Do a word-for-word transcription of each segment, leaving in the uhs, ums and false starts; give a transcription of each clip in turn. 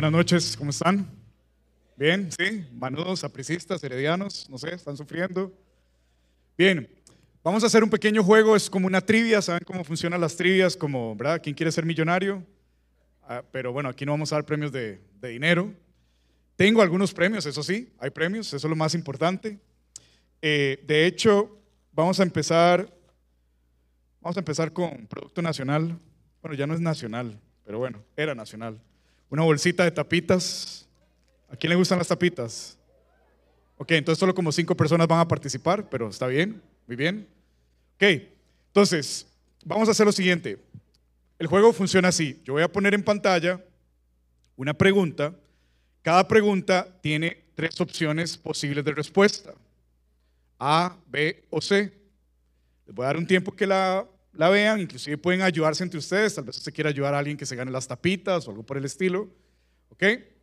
Buenas noches, ¿cómo están? Bien, sí, manudos, apricistas, heredianos, no sé, ¿están sufriendo? Bien, vamos a hacer un pequeño juego, es como una trivia, ¿saben cómo funcionan las trivias? Como, ¿verdad? ¿Quién quiere ser millonario? Ah, pero bueno, aquí no vamos a dar premios de, de dinero. Tengo algunos premios, eso sí, hay premios, eso es lo más importante. Eh, de hecho, vamos a empezar, vamos a empezar con Producto Nacional. Bueno, ya no es nacional, pero bueno, era nacional. Una bolsita de tapitas. ¿A quién le gustan las tapitas? Ok, entonces solo como cinco personas van a participar, pero está bien, muy bien. Ok, entonces, vamos a hacer lo siguiente. El juego funciona así. Yo voy a poner en pantalla una pregunta. Cada pregunta tiene tres opciones posibles de respuesta. A, B o C. Les voy a dar un tiempo que la, la vean, inclusive pueden ayudarse entre ustedes, tal vez usted quiera ayudar a alguien que se gane las tapitas o algo por el estilo. ¿Ok?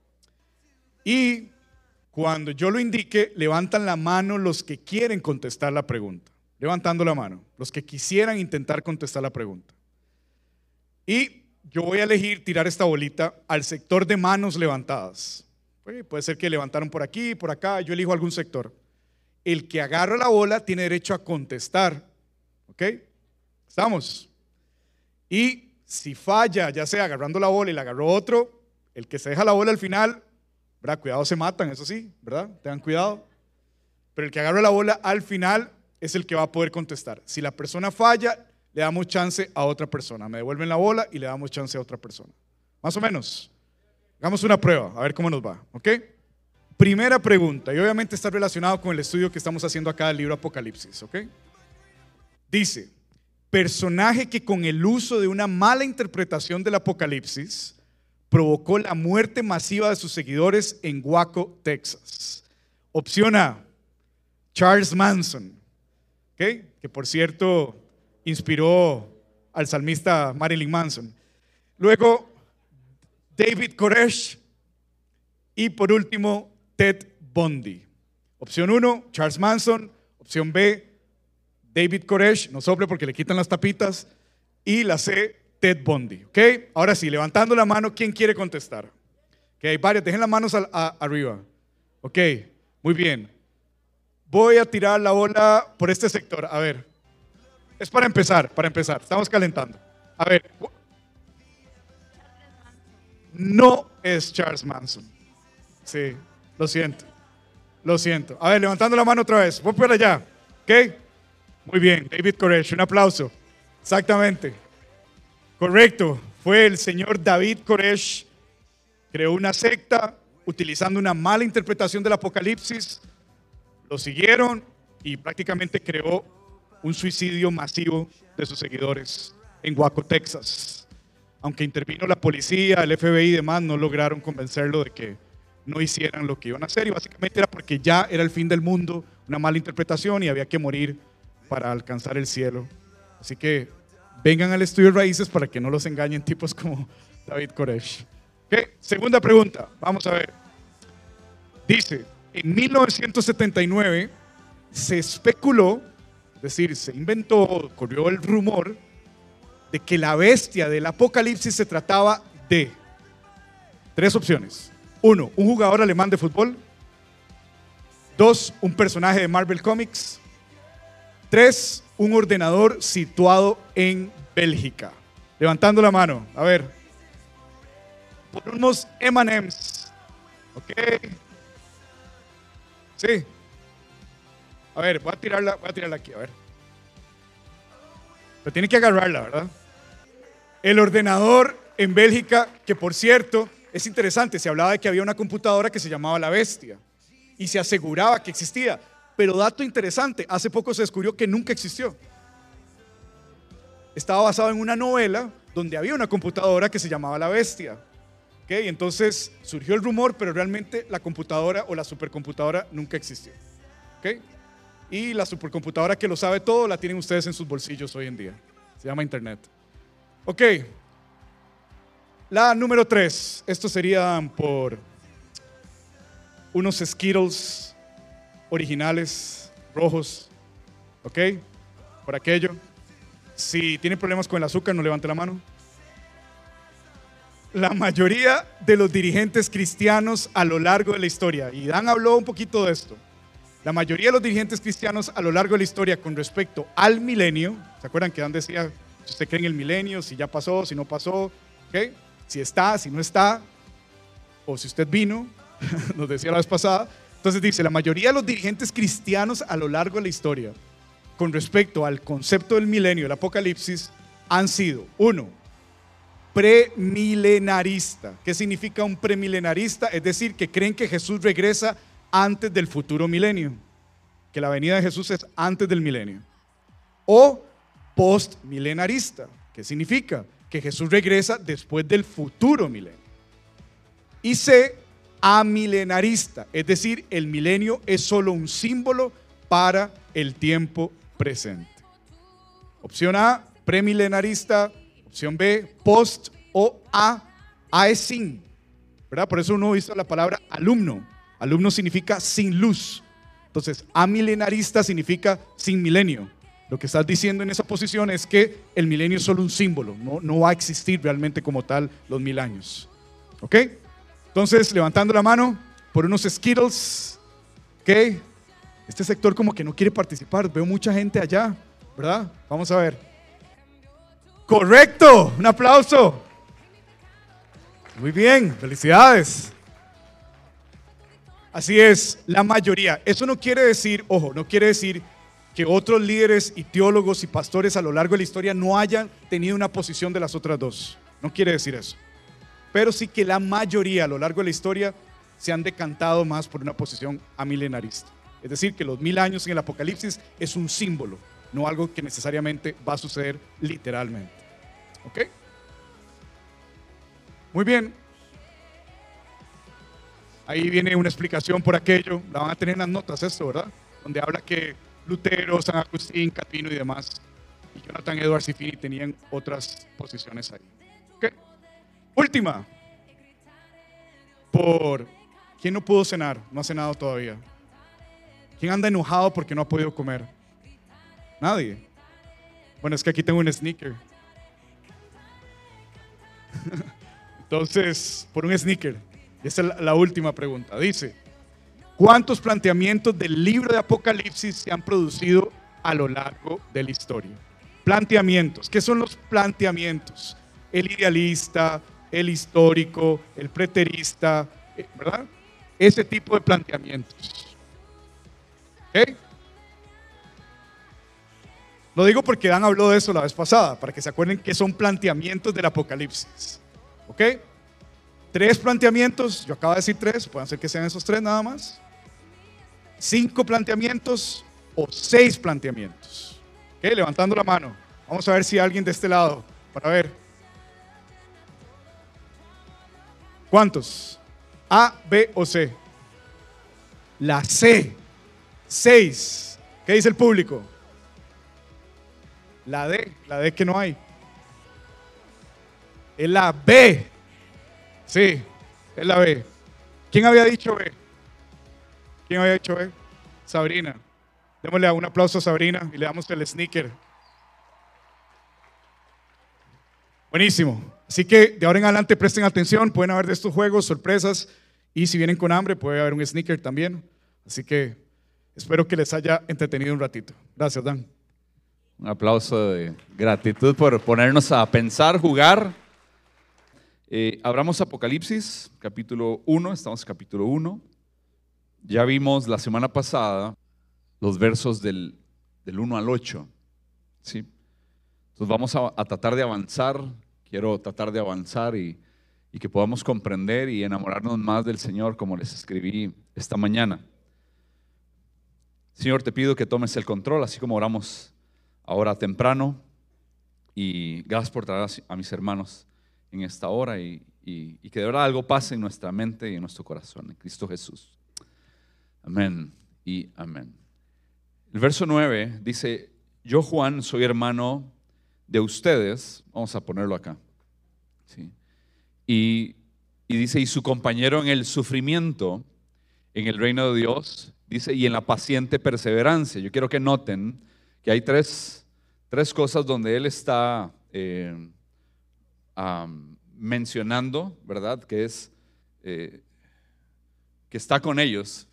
Y cuando yo lo indique, levantan la mano los que quieren contestar la pregunta. Levantando la mano, los que quisieran intentar contestar la pregunta. Y yo voy a elegir tirar esta bolita al sector de manos levantadas. Puede ser que levantaron por aquí, por acá, yo elijo algún sector. El que agarra la bola tiene derecho a contestar. ¿Ok? ¿Estamos? Y si falla, ya sea agarrando la bola y la agarró otro, el que se deja la bola al final, ¿verdad? Cuidado, se matan, eso sí, ¿verdad? Tengan cuidado. Pero el que agarra la bola al final es el que va a poder contestar. Si la persona falla, le damos chance a otra persona. Me devuelven la bola y le damos chance a otra persona. Más o menos. Hagamos una prueba, a ver cómo nos va. ¿Ok? Primera pregunta, y obviamente está relacionado con el estudio que estamos haciendo acá del libro Apocalipsis. ¿Ok? Dice, personaje que con el uso de una mala interpretación del Apocalipsis provocó la muerte masiva de sus seguidores en Waco, Texas. Opción A, Charles Manson, ¿okay? Que por cierto inspiró al salmista Marilyn Manson. Luego, David Koresh. Y por último, Ted Bundy. Opción uno, Charles Manson. Opción B, David Koresh, no sople porque le quitan las tapitas. Y la C, Ted Bundy. ¿Ok? Ahora sí, levantando la mano, ¿quién quiere contestar? Ok, hay varios, dejen las manos a, a, arriba. Ok, muy bien. Voy a tirar la bola por este sector. A ver, es para empezar, para empezar. Estamos calentando. A ver, no es Charles Manson. Sí, lo siento. Lo siento. A ver, levantando la mano otra vez. Voy por allá. ¿Ok? Muy bien, David Koresh, un aplauso. Exactamente. Correcto, fue el señor David Koresh. Creó una secta utilizando una mala interpretación del Apocalipsis. Lo siguieron y prácticamente creó un suicidio masivo de sus seguidores en Waco, Texas. Aunque intervino la policía, el F B I y demás, no lograron convencerlo de que no hicieran lo que iban a hacer. Y básicamente era porque ya era el fin del mundo, una mala interpretación y había que morir para alcanzar el cielo. Así que vengan al estudio de raíces para que no los engañen tipos como David Koresh. ¿Okay? Segunda pregunta, vamos a ver. Dice, en mil novecientos setenta y nueve se especuló, es decir, se inventó, corrió el rumor de que la bestia del Apocalipsis se trataba de tres opciones. Uno, un jugador alemán de fútbol. Dos, un personaje de Marvel Comics. Tres, un ordenador situado en Bélgica. Levantando la mano, a ver. Por unos eme and eme's. Ok. Sí. A ver, voy a tirarla, voy a tirarla aquí, a ver. Pero tiene que agarrarla, ¿verdad? El ordenador en Bélgica, que por cierto, es interesante, se hablaba de que había una computadora que se llamaba La Bestia y se aseguraba que existía. Pero dato interesante, hace poco se descubrió que nunca existió. Estaba basado en una novela donde había una computadora que se llamaba La Bestia. ¿Okay? Entonces surgió el rumor, pero realmente la computadora o la supercomputadora nunca existió. ¿Okay? Y la supercomputadora que lo sabe todo la tienen ustedes en sus bolsillos hoy en día. Se llama Internet. Ok. La número tres. Estos serían por unos Skittles originales, rojos, ¿ok? Por aquello. Si tienen problemas con el azúcar, no levante la mano. la mayoría de los dirigentes cristianos a lo largo de la historia, y Dan habló un poquito de esto, la mayoría de los dirigentes cristianos a lo largo de la historia con respecto al milenio, ¿se acuerdan que Dan decía, si usted cree en el milenio, si ya pasó, si no pasó, ¿okay? Si está, si no está, o si usted vino, nos decía la vez pasada? Entonces dice, la mayoría de los dirigentes cristianos a lo largo de la historia con respecto al concepto del milenio, el apocalipsis, han sido, uno, premilenarista. ¿Qué significa un premilenarista? Es decir, que creen que Jesús regresa antes del futuro milenio, que la venida de Jesús es antes del milenio. O postmilenarista. ¿Qué significa? Que Jesús regresa después del futuro milenio. Y C, amilenarista, es decir, el milenio es solo un símbolo para el tiempo presente. Opción A, premilenarista. Opción B, post. O A, A es sin, ¿verdad? Por eso uno usa la palabra alumno. Alumno significa sin luz. Entonces, amilenarista significa sin milenio. Lo que estás diciendo en esa posición es que el milenio es solo un símbolo, no, no va a existir realmente como tal los mil años. ¿Ok? Entonces, levantando la mano por unos Skittles. ¿Ok? Este sector como que no quiere participar. Veo mucha gente allá, ¿verdad? Vamos a ver. Correcto, un aplauso. Muy bien, felicidades. Así es, la mayoría. Eso no quiere decir, ojo, no quiere decir que otros líderes y teólogos y pastores a lo largo de la historia no hayan tenido una posición de las otras dos. No quiere decir eso. Pero sí que la mayoría a lo largo de la historia se han decantado más por una posición amilenarista. Es decir, que los mil años en el Apocalipsis es un símbolo, no algo que necesariamente va a suceder literalmente. ¿Ok? Muy bien. Ahí viene una explicación por aquello. La van a tener en las notas esto, ¿verdad? Donde habla que Lutero, San Agustín, Calvino y demás, y Jonathan Edwards y Finney tenían otras posiciones ahí. ¿Ok? Última. Por ¿quién no pudo cenar? No ha cenado todavía. ¿Quién anda enojado porque no ha podido comer? Nadie. Bueno, es que aquí tengo un sneaker. Entonces, por un sneaker. Esa es la, la última pregunta. Dice, ¿cuántos planteamientos del libro de Apocalipsis se han producido a lo largo de la historia? Planteamientos. ¿Qué son los planteamientos? El idealista, el histórico, el preterista, ¿verdad? Ese tipo de planteamientos. ¿Ok? Lo digo porque Dan habló de eso la vez pasada, para que se acuerden que son planteamientos del Apocalipsis. ¿Ok? Tres planteamientos, yo acabo de decir tres, pueden ser que sean esos tres nada más. Cinco planteamientos o seis planteamientos. ¿Ok? Levantando la mano. Vamos a ver si alguien de este lado, para ver. ¿Cuántos? A, B o C. La C. Seis. ¿Qué dice el público? La D. La D que no hay. Es la B. Sí, es la B. ¿Quién había dicho B? ¿Quién había dicho B? Sabrina. Démosle un aplauso a Sabrina y le damos el sneaker. Buenísimo. Así que de ahora en adelante presten atención. Pueden haber de estos juegos, sorpresas. Y si vienen con hambre, puede haber un sneaker también. Así que espero que les haya entretenido un ratito. Gracias, Dan. Un aplauso de gratitud por ponernos a pensar, jugar. Eh, abramos Apocalipsis, capítulo uno, estamos en capítulo uno. Ya vimos la semana pasada los versos del, del uno al ocho. ¿Sí? Entonces vamos a, a tratar de avanzar, quiero tratar de avanzar y, y que podamos comprender y enamorarnos más del Señor como les escribí esta mañana. Señor, te pido que tomes el control, así como oramos ahora temprano, y gracias por traer a mis hermanos en esta hora y, y, y que de verdad algo pase en nuestra mente y en nuestro corazón, en Cristo Jesús. Amén y amén. El verso nueve dice, yo Juan soy hermano de ustedes, vamos a ponerlo acá, ¿sí? y, y dice, y su compañero en el sufrimiento, en el reino de Dios, dice, y en la paciente perseverancia. Yo quiero que noten que hay tres, tres cosas donde él está eh, um, mencionando, ¿verdad? Que es, eh, que está con ellos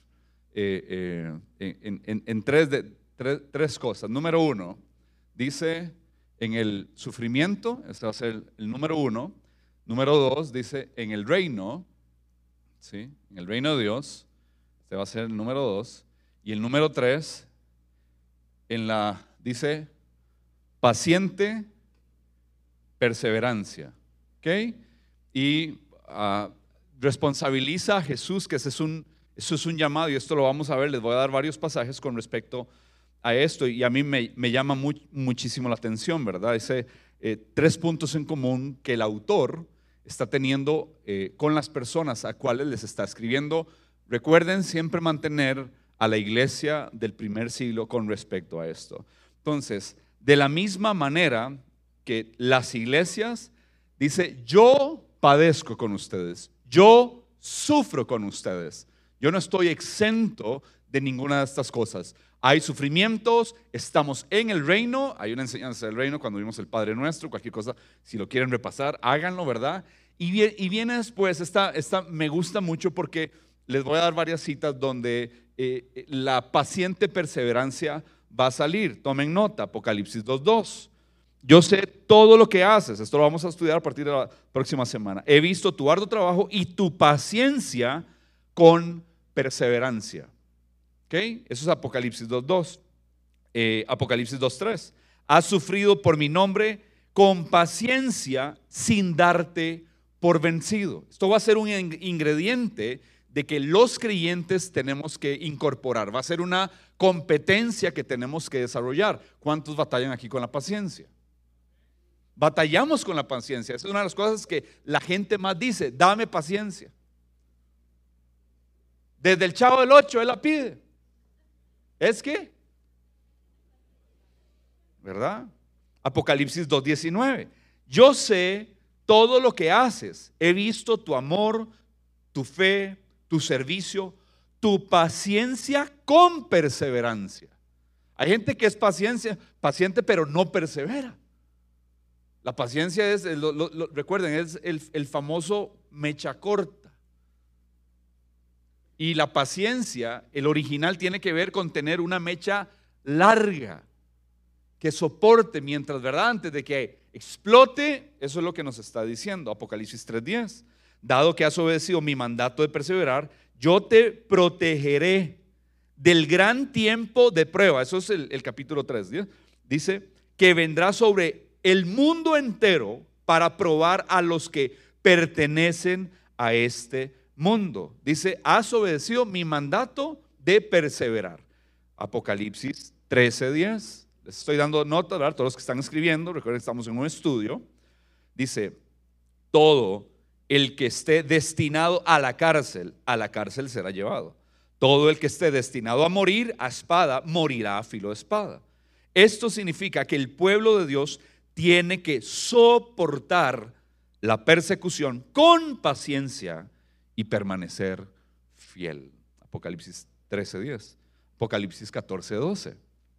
eh, eh, en, en, en tres, de, tres, tres cosas. Número uno, dice en el sufrimiento, este va a ser el, el número uno. Número dos, dice en el reino, ¿sí? En el reino de Dios, este va a ser el número dos. Y el número tres, en la, dice, paciente perseverancia, ¿ok? Y uh, responsabiliza a Jesús, que ese es un, eso es un llamado, y esto lo vamos a ver, les voy a dar varios pasajes con respecto a esto, y a mí me, me llama muy, muchísimo la atención, ¿verdad? Dice eh, tres puntos en común que el autor está teniendo eh, con las personas a cuales les está escribiendo. Recuerden siempre mantener a la iglesia del primer siglo con respecto a esto. Entonces, de la misma manera que las iglesias, dice, yo padezco con ustedes, yo sufro con ustedes, yo no estoy exento de ninguna de estas cosas. Hay sufrimientos, estamos en el reino, hay una enseñanza del reino cuando vimos el Padre Nuestro, cualquier cosa, si lo quieren repasar, háganlo, ¿verdad? Y viene, y viene después, esta, esta me gusta mucho porque les voy a dar varias citas donde eh, la paciente perseverancia va a salir. Tomen nota, Apocalipsis dos dos. Yo sé todo lo que haces, esto lo vamos a estudiar a partir de la próxima semana. He visto tu arduo trabajo y tu paciencia con perseverancia. ¿Ok? Eso es Apocalipsis dos dos. Eh, Apocalipsis dos tres. Has sufrido por mi nombre con paciencia sin darte por vencido. Esto va a ser un ingrediente de que los creyentes tenemos que incorporar. Va a ser una competencia que tenemos que desarrollar. ¿Cuántos batallan aquí con la paciencia? Batallamos con la paciencia. Esa es una de las cosas que la gente más dice: dame paciencia. Desde el Chavo del ocho él la pide. ¿Es que? ¿Verdad? Apocalipsis dos diecinueve. Yo sé todo lo que haces. He visto tu amor, tu fe, tu servicio, tu paciencia con perseverancia. Hay gente que es paciencia, paciente pero no persevera. La paciencia es, lo, lo, lo, recuerden, es el, el famoso mecha corta. Y la paciencia, el original, tiene que ver con tener una mecha larga, que soporte mientras, ¿verdad? Antes de que explote. Eso es lo que nos está diciendo Apocalipsis tres diez. Dado que has obedecido mi mandato de perseverar, yo te protegeré del gran tiempo de prueba. Eso es el, el capítulo tres. ¿sí? Dice que vendrá sobre el mundo entero para probar a los que pertenecen a este mundo. Dice, has obedecido mi mandato de perseverar. Apocalipsis trece diez. Les estoy dando nota, ¿verdad? Todos los que están escribiendo, recuerden que estamos en un estudio. Dice, todo el que esté destinado a la cárcel, a la cárcel será llevado. Todo el que esté destinado a morir a espada, morirá a filo de espada. Esto significa que el pueblo de Dios tiene que soportar la persecución con paciencia y permanecer fiel. Apocalipsis trece diez. Apocalipsis catorce doce.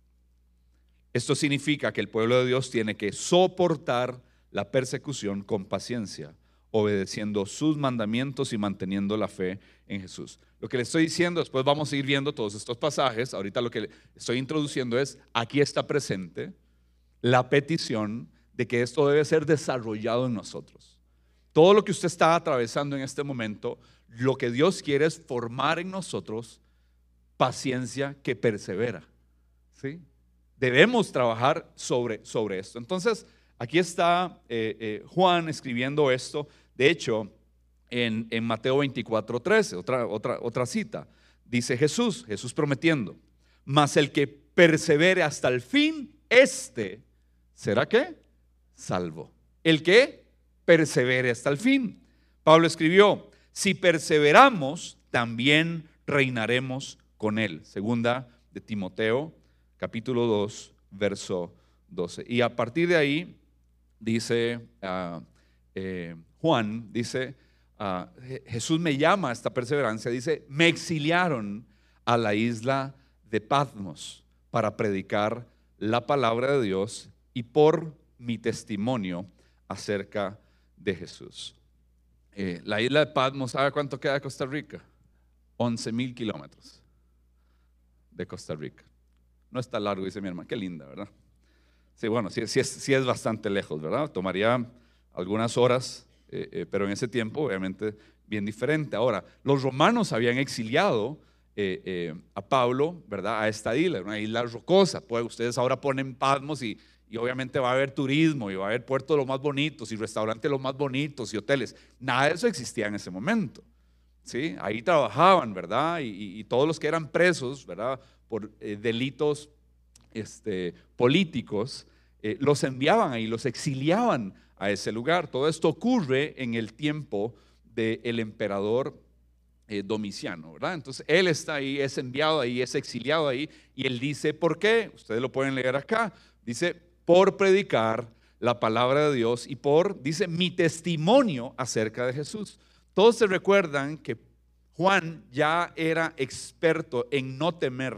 Esto significa que el pueblo de Dios tiene que soportar la persecución con paciencia, obedeciendo sus mandamientos y manteniendo la fe en Jesús. Lo que le estoy diciendo, después vamos a ir viendo todos estos pasajes. Ahorita lo que estoy introduciendo es, aquí está presente la petición de que esto debe ser desarrollado en nosotros. Todo lo que usted está atravesando en este momento, lo que Dios quiere es formar en nosotros paciencia que persevera. ¿Sí? Debemos trabajar sobre, sobre esto. Entonces, aquí está eh, eh, Juan escribiendo esto. De hecho, en, en Mateo veinticuatro trece, otra, otra, otra cita, dice Jesús, Jesús prometiendo, mas el que persevere hasta el fin, este será ¿qué? Salvo. El que persevere hasta el fin. Pablo escribió, si perseveramos, también reinaremos con él. Segunda de Timoteo, capítulo dos, verso doce. Y a partir de ahí, dice uh, eh, Juan, dice, uh, Jesús me llama a esta perseverancia, dice, me exiliaron a la isla de Patmos para predicar la palabra de Dios y por mi testimonio acerca de Jesús. Eh, la isla de Patmos, ¿sabe cuánto queda de Costa Rica? once mil kilómetros de Costa Rica. No está largo, dice mi hermano. Qué linda, ¿verdad? Sí, bueno, sí, sí es, sí es bastante lejos, ¿verdad? Tomaría algunas horas, eh, eh, pero en ese tiempo obviamente bien diferente. Ahora, los romanos habían exiliado eh, eh, a Pablo, ¿verdad? A esta isla, una isla rocosa. Pues ustedes ahora ponen Patmos y, y obviamente va a haber turismo y va a haber puertos los más bonitos y restaurantes los más bonitos y hoteles. Nada de eso existía en ese momento. ¿Sí? Ahí trabajaban, ¿verdad? Y, y, y todos los que eran presos, ¿verdad? Por eh, delitos este, políticos, eh, los enviaban ahí, los exiliaban a ese lugar. Todo esto ocurre en el tiempo del emperador eh, Domiciano, ¿verdad? Entonces él está ahí, es enviado ahí, es exiliado ahí, y él dice, ¿por qué? Ustedes lo pueden leer acá. Dice, por predicar la palabra de Dios y por, dice, mi testimonio acerca de Jesús. Todos se recuerdan que Juan ya era experto en no temer,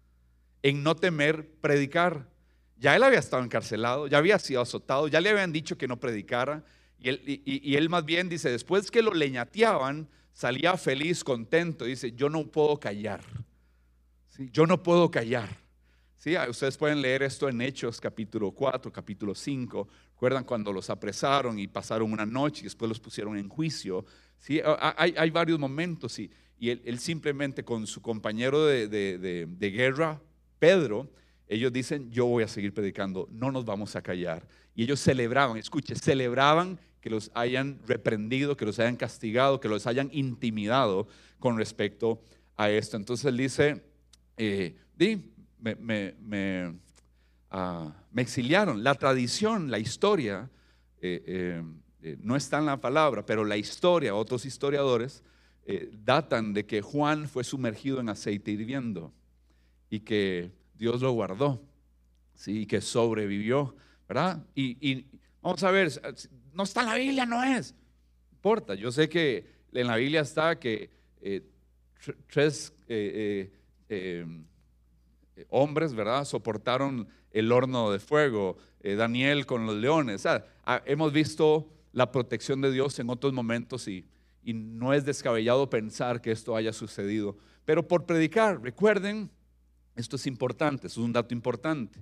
en no temer predicar. Ya él había estado encarcelado, ya había sido azotado, ya le habían dicho que no predicara. Y él, y, y él más bien dice, después que lo leñateaban, salía feliz, contento. Dice, yo no puedo callar. ¿Sí? Yo no puedo callar. ¿Sí? Ustedes pueden leer esto en Hechos capítulo cuatro, capítulo cinco. ¿Recuerdan cuando los apresaron y pasaron una noche y después los pusieron en juicio? ¿Sí? Hay, hay varios momentos y, y él, él simplemente con su compañero de, de, de, de guerra, Pedro, ellos dicen, yo voy a seguir predicando, no nos vamos a callar. Y ellos celebraban, escuche, celebraban que los hayan reprendido, que los hayan castigado, que los hayan intimidado con respecto a esto. Entonces él dice, eh, di, me, me, me, uh, me exiliaron. La tradición, la historia, eh, eh, eh, no está en la palabra, pero la historia, otros historiadores eh, datan de que Juan fue sumergido en aceite hirviendo y que Dios lo guardó, ¿sí? Y que sobrevivió, ¿verdad? Y, y vamos a ver, no está en la Biblia, no es, no importa. Yo sé que en la Biblia está que eh, tres eh, eh, eh, hombres, ¿verdad? Soportaron el horno de fuego, eh, Daniel con los leones. O sea, ah, hemos visto la protección de Dios en otros momentos y, y no es descabellado pensar que esto haya sucedido. Pero por predicar, recuerden, esto es importante, es un dato importante.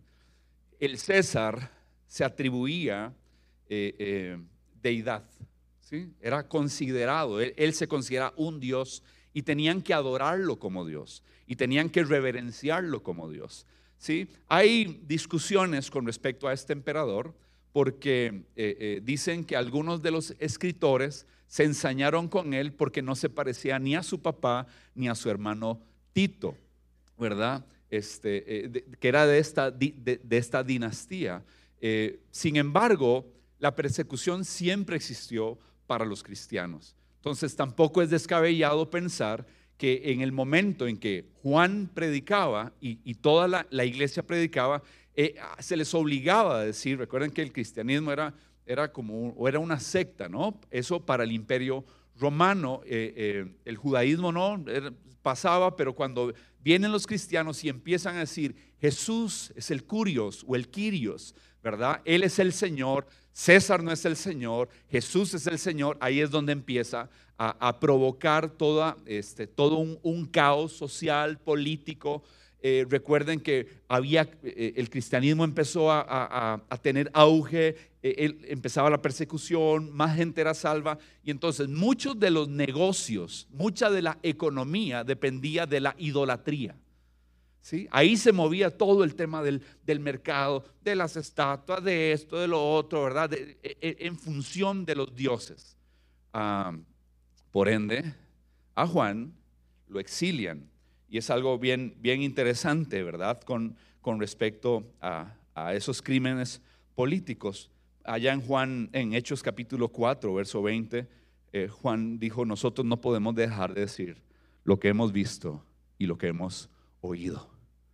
El César se atribuía eh, eh, deidad, ¿sí? Era considerado, él, él se considera un Dios y tenían que adorarlo como Dios y tenían que reverenciarlo como Dios, ¿sí? Hay discusiones con respecto a este emperador porque eh, eh, dicen que algunos de los escritores se ensañaron con él porque no se parecía ni a su papá ni a su hermano Tito, ¿verdad? Este, eh, de, que era de esta, de, de esta dinastía. Eh, sin embargo, la persecución siempre existió para los cristianos. Entonces tampoco es descabellado pensar que en el momento en que Juan predicaba y, y toda la, la iglesia predicaba, eh, se les obligaba a decir, recuerden que el cristianismo era, era como o era una secta, ¿no? Eso para el imperio romano, eh, eh, el judaísmo no era, pasaba, pero cuando vienen los cristianos y empiezan a decir, Jesús es el Curios o el Quirios, ¿verdad? Él es el Señor, César no es el Señor, Jesús es el Señor, ahí es donde empieza a, a provocar toda, este, todo un, un caos social, político. Eh, recuerden que había, eh, el cristianismo empezó a, a, a tener auge, eh, él, empezaba la persecución, más gente era salva y entonces muchos de los negocios, mucha de la economía dependía de la idolatría, ¿sí? Ahí se movía todo el tema del, del mercado, de las estatuas, de esto, de lo otro, ¿verdad? De, de, en función de los dioses. Ah, por ende, a Juan lo exilian. Y es algo bien, bien interesante, ¿verdad? Con, con respecto a, a esos crímenes políticos. Allá en Juan, en Hechos capítulo cuatro, verso veinte, eh, Juan dijo, nosotros no podemos dejar de decir lo que hemos visto y lo que hemos oído.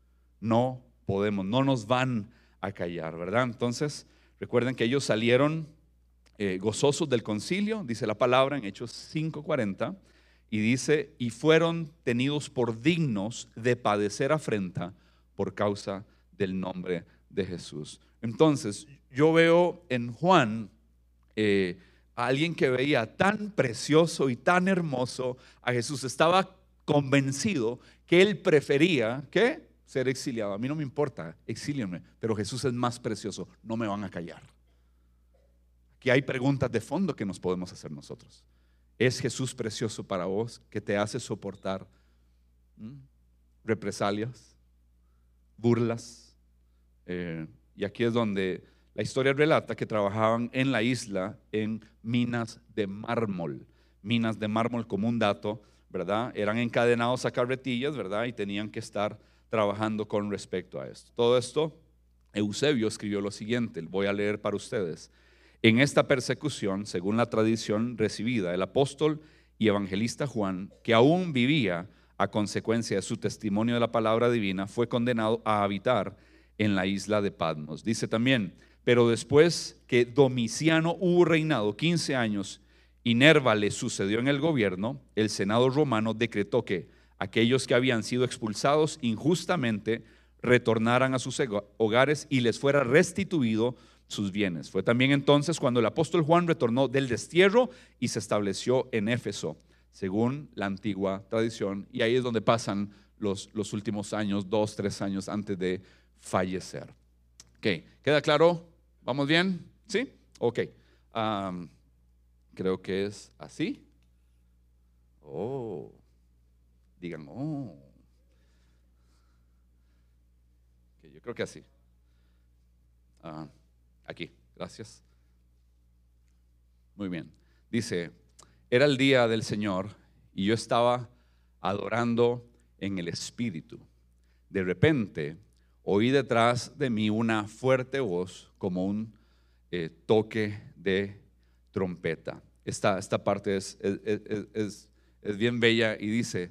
No podemos, no nos van a callar, ¿verdad? Entonces, recuerden que ellos salieron eh, gozosos del concilio, dice la palabra en Hechos cinco cuarenta. Y dice, y fueron tenidos por dignos de padecer afrenta por causa del nombre de Jesús. Entonces, yo veo en Juan eh, a alguien que veía tan precioso y tan hermoso a Jesús. Estaba convencido que él prefería, ¿qué? Ser exiliado. A mí no me importa, exílienme, pero Jesús es más precioso, no me van a callar. Aquí hay preguntas de fondo que nos podemos hacer nosotros. ¿Es Jesús precioso para vos, que te hace soportar ¿m? represalias, burlas? Eh, y aquí es donde la historia relata que trabajaban en la isla en minas de mármol. Minas de mármol, como un dato, ¿verdad? Eran encadenados a carretillas, ¿verdad? Y tenían que estar trabajando con respecto a esto. Todo esto, Eusebio escribió lo siguiente, voy a leer para ustedes. En esta persecución, según la tradición recibida, el apóstol y evangelista Juan, que aún vivía a consecuencia de su testimonio de la palabra divina, fue condenado a habitar en la isla de Patmos. Dice también, pero después que Domiciano hubo reinado quince años y Nerva le sucedió en el gobierno, el Senado romano decretó que aquellos que habían sido expulsados injustamente retornaran a sus hogares y les fuera restituido sus bienes. Fue también entonces cuando el apóstol Juan retornó del destierro y se estableció en Éfeso, según la antigua tradición, y ahí es donde pasan los, los últimos años, dos, tres años antes de fallecer. Ok, ¿queda claro? ¿Vamos bien? ¿Sí? Ok. Um, creo que es así. Oh. Digan, oh. Okay, yo creo que así. Uh, aquí, gracias. Muy bien. Dice, era el día del Señor y yo estaba adorando en el Espíritu. De repente oí detrás de mí una fuerte voz como un eh, toque de trompeta. Esta, esta parte es, es, es, es, es bien bella y dice,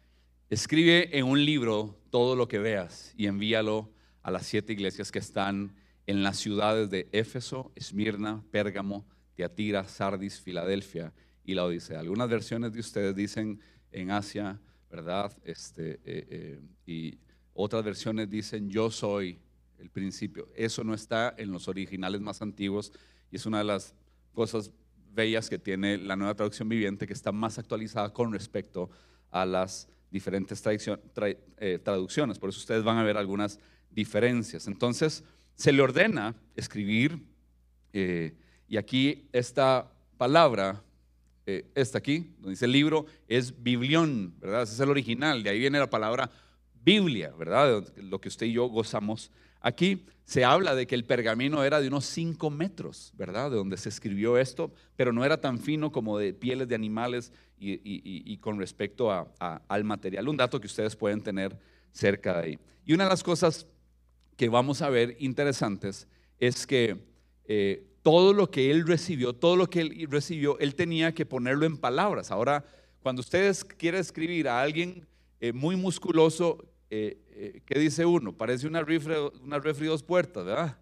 escribe en un libro todo lo que veas y envíalo a las siete iglesias que están en las ciudades de Éfeso, Esmirna, Pérgamo, Tiatira, Sardis, Filadelfia y la Odisea. Algunas versiones de ustedes dicen en Asia, ¿verdad? Este, eh, eh, y otras versiones dicen yo soy el principio. Eso no está en los originales más antiguos y es una de las cosas bellas que tiene la Nueva Traducción Viviente, que está más actualizada con respecto a las diferentes tra eh, traducciones. Por eso ustedes van a ver algunas diferencias. Entonces se le ordena escribir eh, y aquí esta palabra, eh, esta aquí, donde dice el libro, es biblión, ¿verdad? Ese es el original, de ahí viene la palabra Biblia, ¿verdad? Lo que usted y yo gozamos. Aquí se habla de que el pergamino era de unos cinco metros, ¿verdad? De donde se escribió esto, pero no era tan fino como de pieles de animales y, y, y con respecto a, a, al material. Un dato que ustedes pueden tener cerca de ahí. Y una de las cosas que vamos a ver interesantes es que eh, todo lo que él recibió, todo lo que él recibió, él tenía que ponerlo en palabras. Ahora, cuando ustedes quieren escribir a alguien eh, muy musculoso, Eh, eh, ¿qué dice uno? Parece una refri, una refri dos puertas, ¿verdad?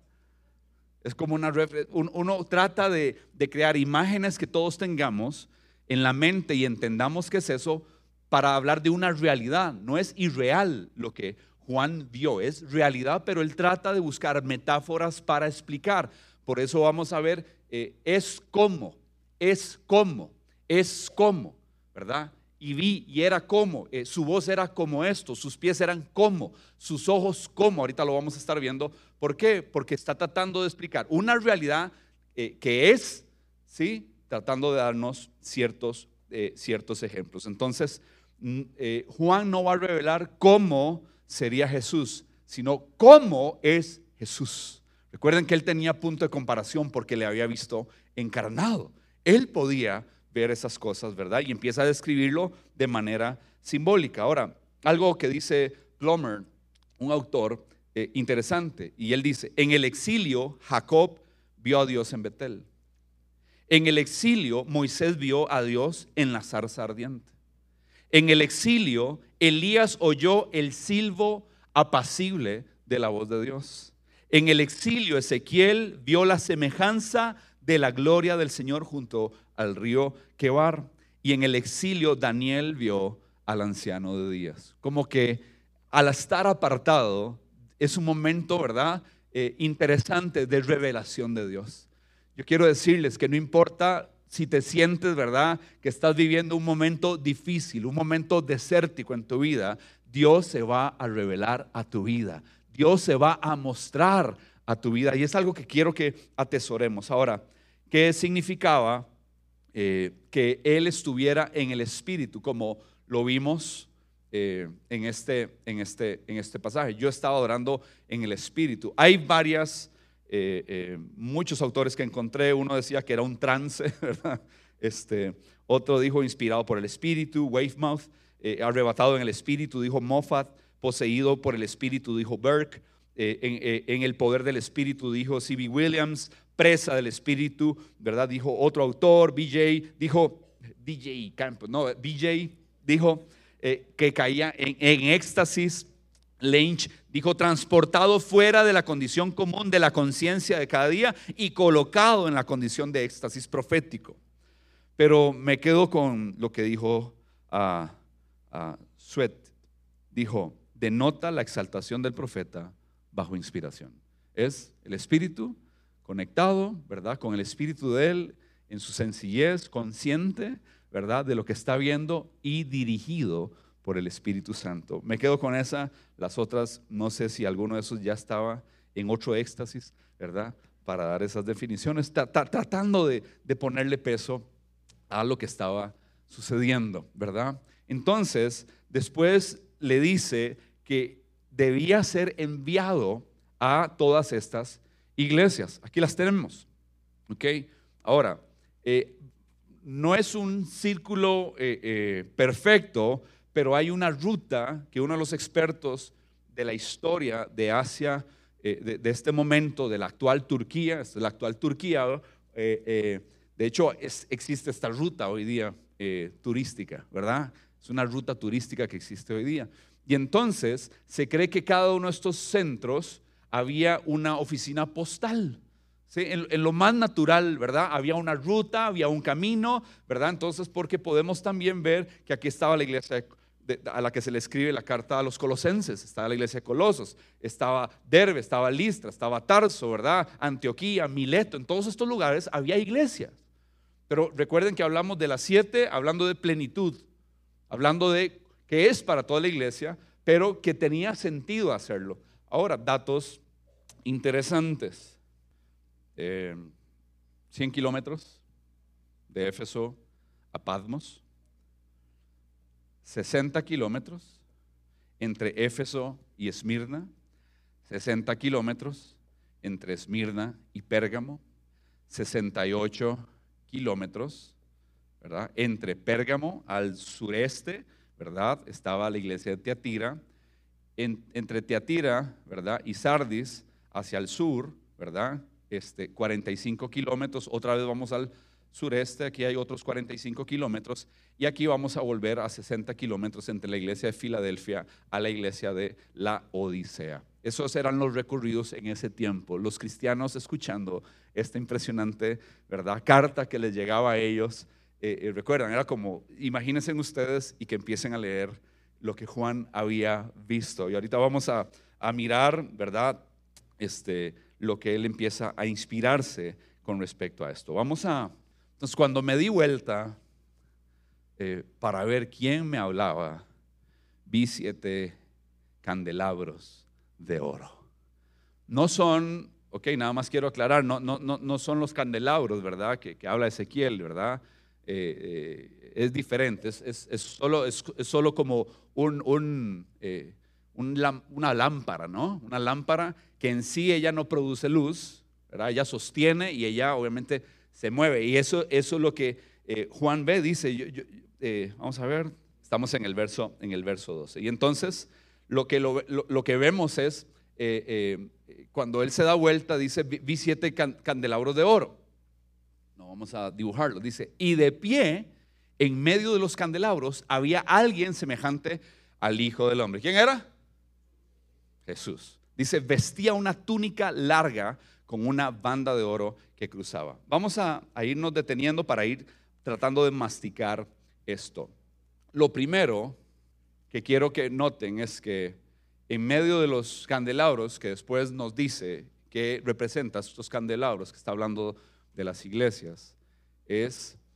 Es como una refri, un, uno trata de, de crear imágenes que todos tengamos en la mente y entendamos qué es eso para hablar de una realidad. No es irreal lo que Juan vio, es realidad, pero él trata de buscar metáforas para explicar. Por eso vamos a ver, eh, es como, es como, es como, ¿verdad? Y vi y era como, eh, su voz era como esto, sus pies eran como, sus ojos como, ahorita lo vamos a estar viendo. ¿Por qué? Porque está tratando de explicar una realidad eh, que es, ¿sí? Tratando de darnos ciertos, eh, ciertos ejemplos. Entonces, eh, Juan no va a revelar cómo sería Jesús, sino cómo es Jesús. Recuerden que él tenía punto de comparación porque le había visto encarnado. Él podía ver esas cosas, ¿verdad? Y empieza a describirlo de manera simbólica. Ahora, algo que dice Plummer, un autor eh, interesante, y él dice, en el exilio Jacob vio a Dios en Betel. En el exilio Moisés vio a Dios en la zarza ardiente. En el exilio Elías oyó el silbo apacible de la voz de Dios. En el exilio Ezequiel vio la semejanza de la gloria del Señor junto al río Quebar. Y en el exilio Daniel vio al anciano de días. Como que al estar apartado es un momento, ¿verdad? Eh, interesante de revelación de Dios. Yo quiero decirles que no importa Si te sientes, ¿verdad?, que estás viviendo un momento difícil, un momento desértico en tu vida, Dios se va a revelar a tu vida. Dios se va a mostrar a tu vida. Y es algo que quiero que atesoremos. Ahora, ¿qué significaba eh, que Él estuviera en el Espíritu? Como lo vimos eh, en, este, en, este, en este pasaje. Yo estaba orando en el Espíritu. Hay varias... Eh, eh, muchos autores que encontré. Uno decía que era un trance, ¿verdad? Este, otro dijo inspirado por el Espíritu, Weymouth, eh, arrebatado en el Espíritu, dijo Moffat, poseído por el Espíritu, dijo Burke, eh, en, eh, en el poder del Espíritu, dijo C B Williams, presa del Espíritu, ¿verdad? Dijo otro autor, B J, dijo D J Campos, no, B J dijo eh, que caía en, en éxtasis. Lynch dijo transportado fuera de la condición común de la conciencia de cada día y colocado en la condición de éxtasis profético. Pero me quedo con lo que dijo uh, uh, Sweat. Dijo, denota la exaltación del profeta bajo inspiración. Es el espíritu conectado, ¿verdad?, con el espíritu de él en su sencillez, consciente, ¿verdad?, de lo que está viendo y dirigido por el Espíritu Santo. Me quedo con esa. Las otras, no sé si alguno de esos ya estaba en otro éxtasis, ¿verdad?, para dar esas definiciones, tratando de, de ponerle peso a lo que estaba sucediendo, ¿verdad? Entonces, después le dice que debía ser enviado a todas estas iglesias. Aquí las tenemos, ¿ok? Ahora, eh, no es un círculo eh, eh, perfecto, pero hay una ruta que uno de los expertos de la historia de Asia, eh, de, de este momento, de la actual Turquía, es la actual Turquía, eh, eh, de hecho es, existe esta ruta hoy día eh, turística, ¿verdad? Es una ruta turística que existe hoy día. Y entonces se cree que cada uno de estos centros había una oficina postal. ¿Sí? En, en lo más natural, ¿verdad? Había una ruta, había un camino, ¿verdad? Entonces, porque podemos también ver que aquí estaba la iglesia de a la que se le escribe la carta a los colosenses, estaba la iglesia de Colosos, estaba Derbe, estaba Listra, estaba Tarso, ¿verdad? Antioquía, Mileto, en todos estos lugares había iglesias. Pero recuerden que hablamos de las siete, hablando de plenitud, hablando de que es para toda la iglesia, pero que tenía sentido hacerlo. Ahora, datos interesantes. Eh, cien kilómetros de Éfeso a Patmos. sesenta kilómetros entre Éfeso y Esmirna, sesenta kilómetros entre Esmirna y Pérgamo, sesenta y ocho kilómetros, ¿verdad?, entre Pérgamo al sureste, ¿verdad?, estaba la iglesia de Tiatira, en, entre Tiatira, ¿verdad?, y Sardis hacia el sur, ¿verdad?, este, cuarenta y cinco kilómetros, otra vez vamos al sureste, aquí hay otros cuarenta y cinco kilómetros, y aquí vamos a volver a sesenta kilómetros entre la iglesia de Filadelfia a la iglesia de la Odisea. Esos eran los recorridos en ese tiempo. Los cristianos escuchando esta impresionante, ¿verdad?, carta que les llegaba a ellos, eh, eh, recuerdan, era como, imagínense ustedes y que empiecen a leer lo que Juan había visto. Y ahorita vamos a, a mirar, ¿verdad?, este, lo que él empieza a inspirarse con respecto a esto. Vamos a... Entonces, cuando me di vuelta eh, para ver quién me hablaba, vi siete candelabros de oro. No son, ok, nada más quiero aclarar, no, no, no, no son los candelabros, ¿verdad?, que, que habla Ezequiel, ¿verdad? Eh, eh, es diferente, es, es, es, solo, es, es solo como un, un, eh, un, una lámpara, ¿no? Una lámpara que en sí ella no produce luz, ¿verdad? Ella sostiene y ella obviamente se mueve, y eso, eso es lo que eh, Juan ve, dice, yo, yo, eh, vamos a ver, estamos en el verso, en el verso doce, y entonces lo que, lo, lo, lo que vemos es, eh, eh, cuando él se da vuelta, dice, vi, vi siete can, candelabros de oro, no vamos a dibujarlo, dice, y de pie, en medio de los candelabros, había alguien semejante al Hijo del Hombre. ¿Quién era? Jesús. Dice, vestía una túnica larga con una banda de oro que cruzaba. Vamos a, a irnos deteniendo para ir tratando de masticar esto. Lo primero que quiero que noten es que en medio de los candelabros, que después nos dice que representa estos candelabros, que está hablando de las iglesias, es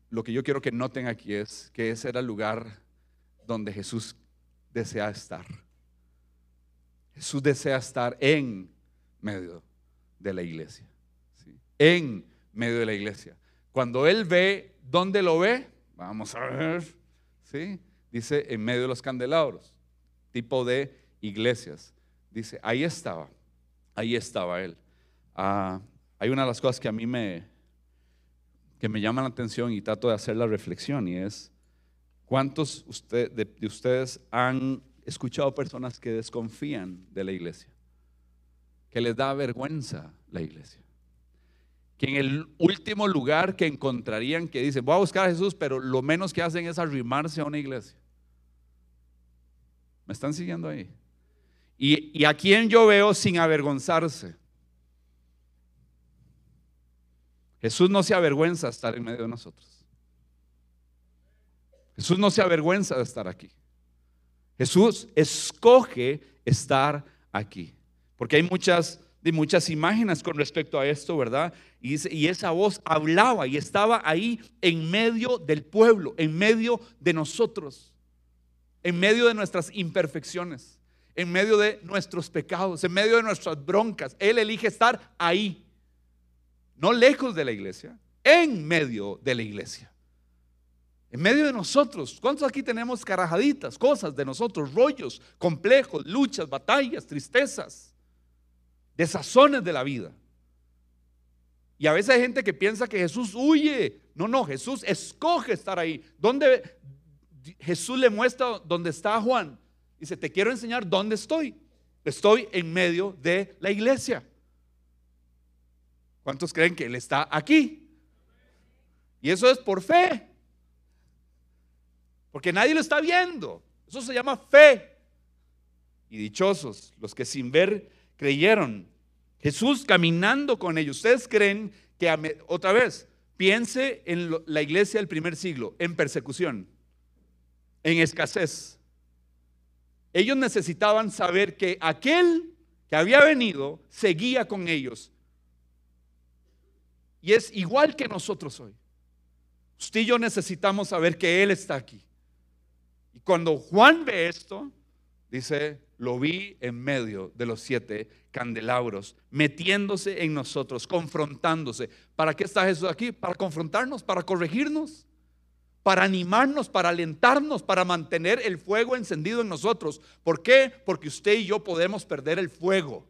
lo que yo quiero que noten aquí es que ese era el lugar donde Jesús desea estar. Jesús desea estar en medio de la iglesia, ¿sí? En medio de la iglesia. Cuando Él ve, ¿dónde lo ve? Vamos a ver, ¿sí? Dice en medio de los candelabros, tipo de iglesias. Dice, ahí estaba, ahí estaba Él. Ah, hay una de las cosas que a mí me, que me llaman la atención y trato de hacer la reflexión, y es, ¿cuántos usted, de, de ustedes han escuchado personas que desconfían de la iglesia? Que les da vergüenza la iglesia. Que en el último lugar que encontrarían, que dicen, voy a buscar a Jesús, pero lo menos que hacen es arrimarse a una iglesia. ¿Me están siguiendo ahí? Y, y a quien yo veo sin avergonzarse. Jesús no se avergüenza de estar en medio de nosotros. Jesús no se avergüenza de estar aquí. Jesús escoge estar aquí. Porque hay muchas, de muchas imágenes con respecto a esto, ¿verdad? Y, dice, y esa voz hablaba y estaba ahí en medio del pueblo, en medio de nosotros, en medio de nuestras imperfecciones, en medio de nuestros pecados, en medio de nuestras broncas. Él elige estar ahí, no lejos de la iglesia, en medio de la iglesia, en medio de nosotros. ¿Cuántos aquí tenemos carajaditas, cosas de nosotros, rollos, complejos, luchas, batallas, tristezas, desazones de la vida? Y a veces hay gente que piensa que Jesús huye. No, no, Jesús escoge estar ahí. ¿Dónde Jesús le muestra dónde está Juan? Dice, te quiero enseñar dónde estoy. Estoy en medio de la iglesia. ¿Cuántos creen que Él está aquí? Y eso es por fe, porque nadie lo está viendo. Eso se llama fe. Y dichosos los que sin ver creyeron. Jesús caminando con ellos. ¿Ustedes creen que, otra vez, piense en la iglesia del primer siglo, en persecución, en escasez? Ellos necesitaban saber que aquel que había venido seguía con ellos. Y es igual que nosotros hoy. Usted y yo necesitamos saber que Él está aquí. Y cuando Juan ve esto, dice, lo vi en medio de los siete candelabros, metiéndose en nosotros, confrontándose. ¿Para qué está Jesús aquí? Para confrontarnos, para corregirnos, para animarnos, para alentarnos, para mantener el fuego encendido en nosotros. ¿Por qué? Porque usted y yo podemos perder el fuego.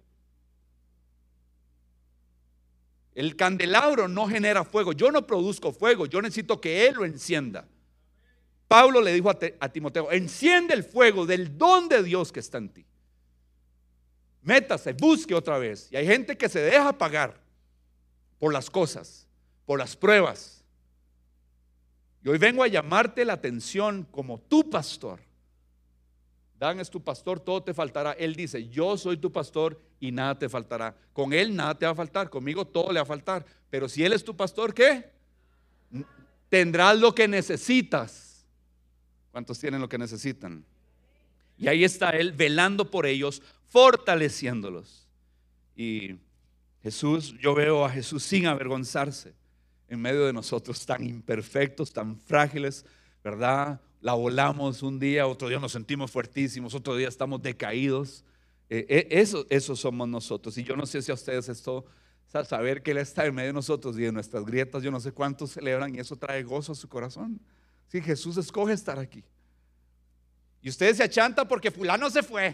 El candelabro no genera fuego. Yo no produzco fuego, yo necesito que Él lo encienda. Pablo le dijo a, te, a Timoteo, enciende el fuego del don de Dios que está en ti. Métase, busque otra vez. Y hay gente que se deja apagar por las cosas, por las pruebas. Y hoy vengo a llamarte la atención como tu pastor. Dan es tu pastor, todo te faltará. Él dice, yo soy tu pastor y nada te faltará. Con Él nada te va a faltar, conmigo todo le va a faltar. Pero si Él es tu pastor, ¿qué? Tendrás lo que necesitas. ¿Cuántos tienen lo que necesitan? Y ahí está Él velando por ellos, fortaleciéndolos. Y Jesús, yo veo a Jesús sin avergonzarse en medio de nosotros, tan imperfectos, tan frágiles, ¿verdad? La volamos un día, otro día nos sentimos fuertísimos, otro día estamos decaídos. Eh, eh, eso, eso somos nosotros. Y yo no sé si a ustedes esto, o sea, saber que Él está en medio de nosotros y de nuestras grietas, yo no sé cuántos celebran y eso trae gozo a su corazón. Sí, Jesús escoge estar aquí. Y ustedes se achantan porque fulano se fue.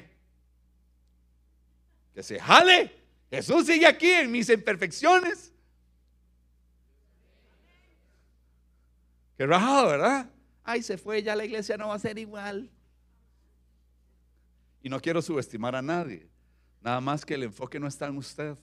Que se jale. Jesús sigue aquí en mis imperfecciones. Qué rajado, ¿verdad? Ay, se fue, ya la iglesia no va a ser igual. Y no quiero subestimar a nadie, nada más que el enfoque no está en usted.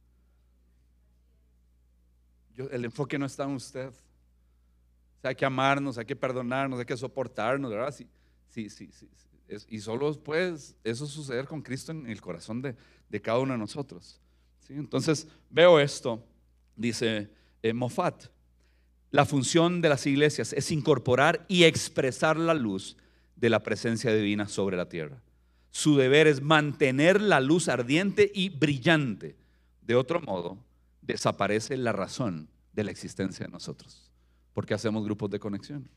Yo, el enfoque no está en usted. O sea, hay que amarnos, hay que perdonarnos, hay que soportarnos, ¿verdad? Sí, sí, sí, sí. Es, y solo puede eso suceder con Cristo en el corazón de, de cada uno de nosotros. ¿Sí? Entonces veo esto, dice eh, Moffat. La función de las iglesias es incorporar y expresar la luz de la presencia divina sobre la tierra. Su deber es mantener la luz ardiente y brillante. De otro modo, desaparece la razón de la existencia de nosotros. ¿Por qué hacemos grupos de conexión?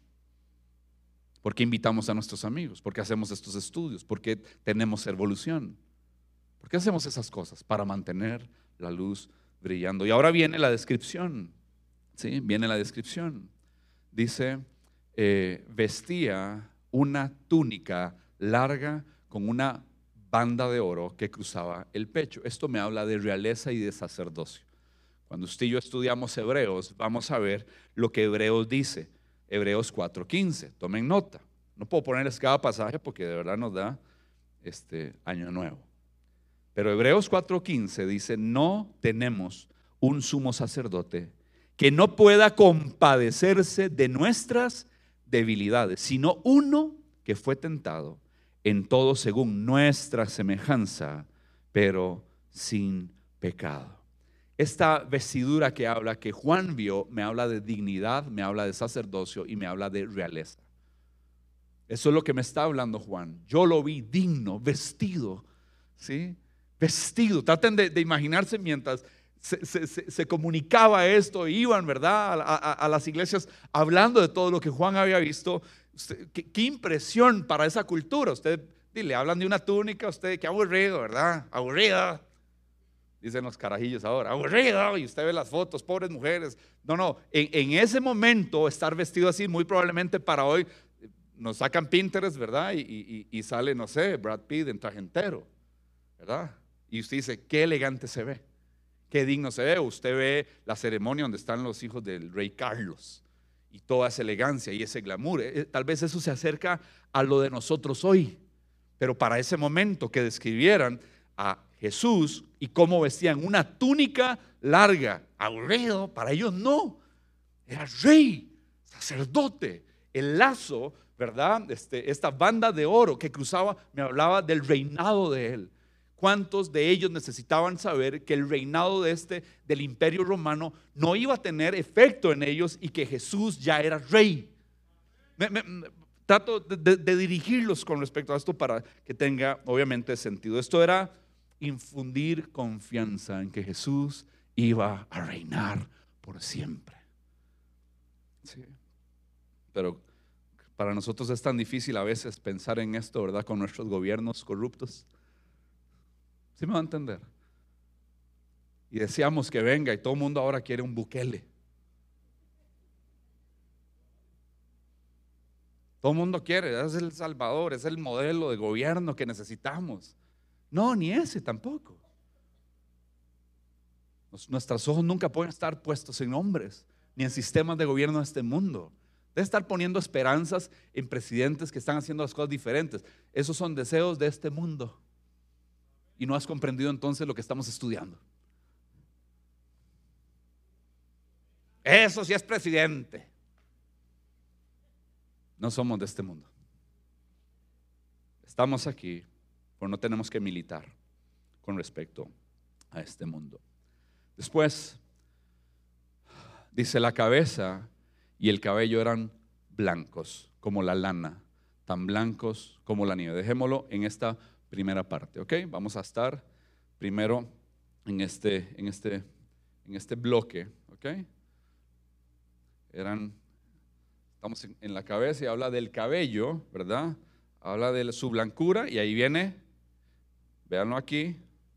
¿Por qué invitamos a nuestros amigos? ¿Por qué hacemos estos estudios? ¿Por qué tenemos evolución? ¿Por qué hacemos esas cosas? Para mantener la luz brillando. Y ahora viene la descripción, ¿sí? Viene la descripción. Dice, eh, vestía una túnica larga con una banda de oro que cruzaba el pecho. Esto me habla de realeza y de sacerdocio. Cuando usted y yo estudiamos Hebreos, vamos a ver lo que Hebreos dice. Hebreos cuatro quince, tomen nota. No puedo ponerles cada pasaje porque de verdad nos da este año nuevo. Pero Hebreos cuatro quince dice, no tenemos un sumo sacerdote que no pueda compadecerse de nuestras debilidades, sino uno que fue tentado en todo según nuestra semejanza, pero sin pecado. Esta vestidura que habla, que Juan vio, me habla de dignidad, me habla de sacerdocio y me habla de realeza. Eso es lo que me está hablando Juan. Yo lo vi digno, vestido, ¿sí? Vestido. Traten de, de imaginarse mientras se, se, se, se comunicaba esto, iban, ¿verdad? A, a, a las iglesias hablando de todo lo que Juan había visto. Usted, qué, qué impresión para esa cultura. Usted, le hablan de una túnica, usted, qué aburrido, ¿verdad? Aburrido. Dicen los carajillos ahora, aburrido, y usted ve las fotos, pobres mujeres. No, no, en, en ese momento estar vestido así, muy probablemente para hoy, nos sacan Pinterest, ¿verdad? Y, y, y sale, no sé, Brad Pitt en traje entero, ¿verdad? Y usted dice, qué elegante se ve, qué digno se ve. Usted ve la ceremonia donde están los hijos del rey Carlos y toda esa elegancia y ese glamour. Tal vez eso se acerca a lo de nosotros hoy, pero para ese momento que describieran a Jesús y cómo vestían una túnica larga, aburrido, para ellos no, era rey, sacerdote. El lazo, ¿verdad? Este, esta banda de oro que cruzaba, me hablaba del reinado de él. ¿Cuántos de ellos necesitaban saber que el reinado de este, del imperio romano, no iba a tener efecto en ellos y que Jesús ya era rey? Me, me, trato de, de, de dirigirlos con respecto a esto para que tenga obviamente sentido. Esto era infundir confianza en que Jesús iba a reinar por siempre. Sí. Pero para nosotros es tan difícil a veces pensar en esto, ¿verdad? Con nuestros gobiernos corruptos. ¿Sí me va a entender? Y deseamos que venga y todo el mundo ahora quiere un Bukele. Todo el mundo quiere, es el Salvador, es el modelo de gobierno que necesitamos. No, ni ese tampoco. Nuestros ojos nunca pueden estar puestos en hombres, ni en sistemas de gobierno de este mundo. Debe estar poniendo esperanzas en presidentes que están haciendo las cosas diferentes. Esos son deseos de este mundo. Y no has comprendido entonces lo que estamos estudiando. Eso sí es presidente. No somos de este mundo. Estamos aquí, pero no tenemos que militar con respecto a este mundo. Después, dice, la cabeza y el cabello eran blancos como la lana, tan blancos como la nieve. Dejémoslo en esta primera parte, ¿ok? Vamos a estar primero en este, en este, en este bloque, ¿ok? Eran, estamos en, en la cabeza y habla del cabello, ¿verdad? Habla de su blancura y ahí viene, véanlo aquí,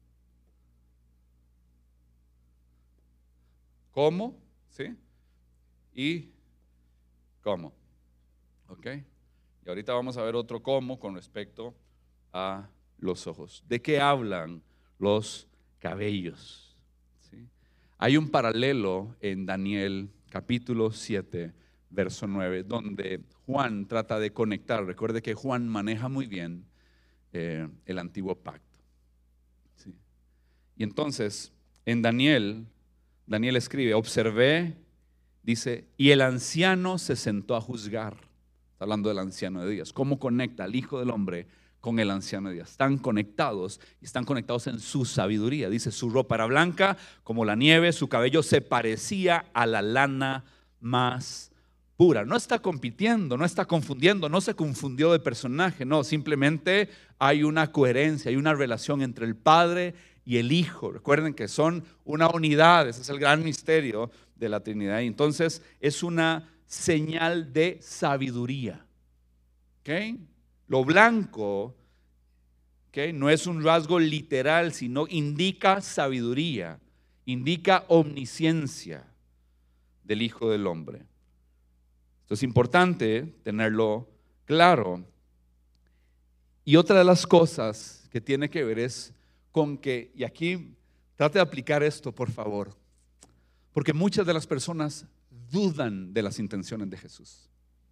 cómo, ¿sí? Y cómo, ¿ok? Y ahorita vamos a ver otro cómo con respecto a los ojos. ¿De qué hablan los cabellos? ¿Sí? Hay un paralelo en Daniel capítulo siete, verso nueve, donde Juan trata de conectar. Recuerde que Juan maneja muy bien eh, el antiguo pacto. ¿Sí? Y entonces, en Daniel, Daniel escribe, observé, dice, y el anciano se sentó a juzgar. Está hablando del anciano de días. ¿Cómo conecta al Hijo del Hombre con el anciano de días? Están conectados y están conectados en su sabiduría. Dice, su ropa era blanca como la nieve, su cabello se parecía a la lana más pura. No está compitiendo, no está confundiendo, no se confundió de personaje, no, simplemente hay una coherencia, hay una relación entre el Padre y el Hijo. Recuerden que son una unidad, ese es el gran misterio de la Trinidad. Y entonces es una señal de sabiduría. ¿Okay? Lo blanco, ¿okay?, no es un rasgo literal, sino indica sabiduría, indica omnisciencia del Hijo del Hombre. Esto es importante tenerlo claro. Y otra de las cosas que tiene que ver es con que, y aquí trate de aplicar esto, por favor, porque muchas de las personas dudan de las intenciones de Jesús.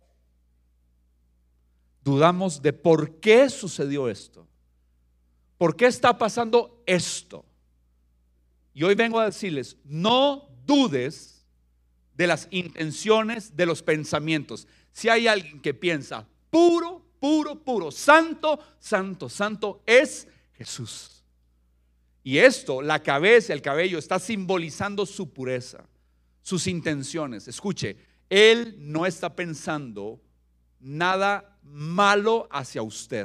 Dudamos de por qué sucedió esto, por qué está pasando esto. Y hoy vengo a decirles, no dudes de las intenciones, de los pensamientos. Si hay alguien que piensa puro, puro, puro, santo, santo, santo, es Jesús. Y esto, la cabeza, el cabello, está simbolizando su pureza, sus intenciones. Escuche, Él no está pensando nada malo hacia usted.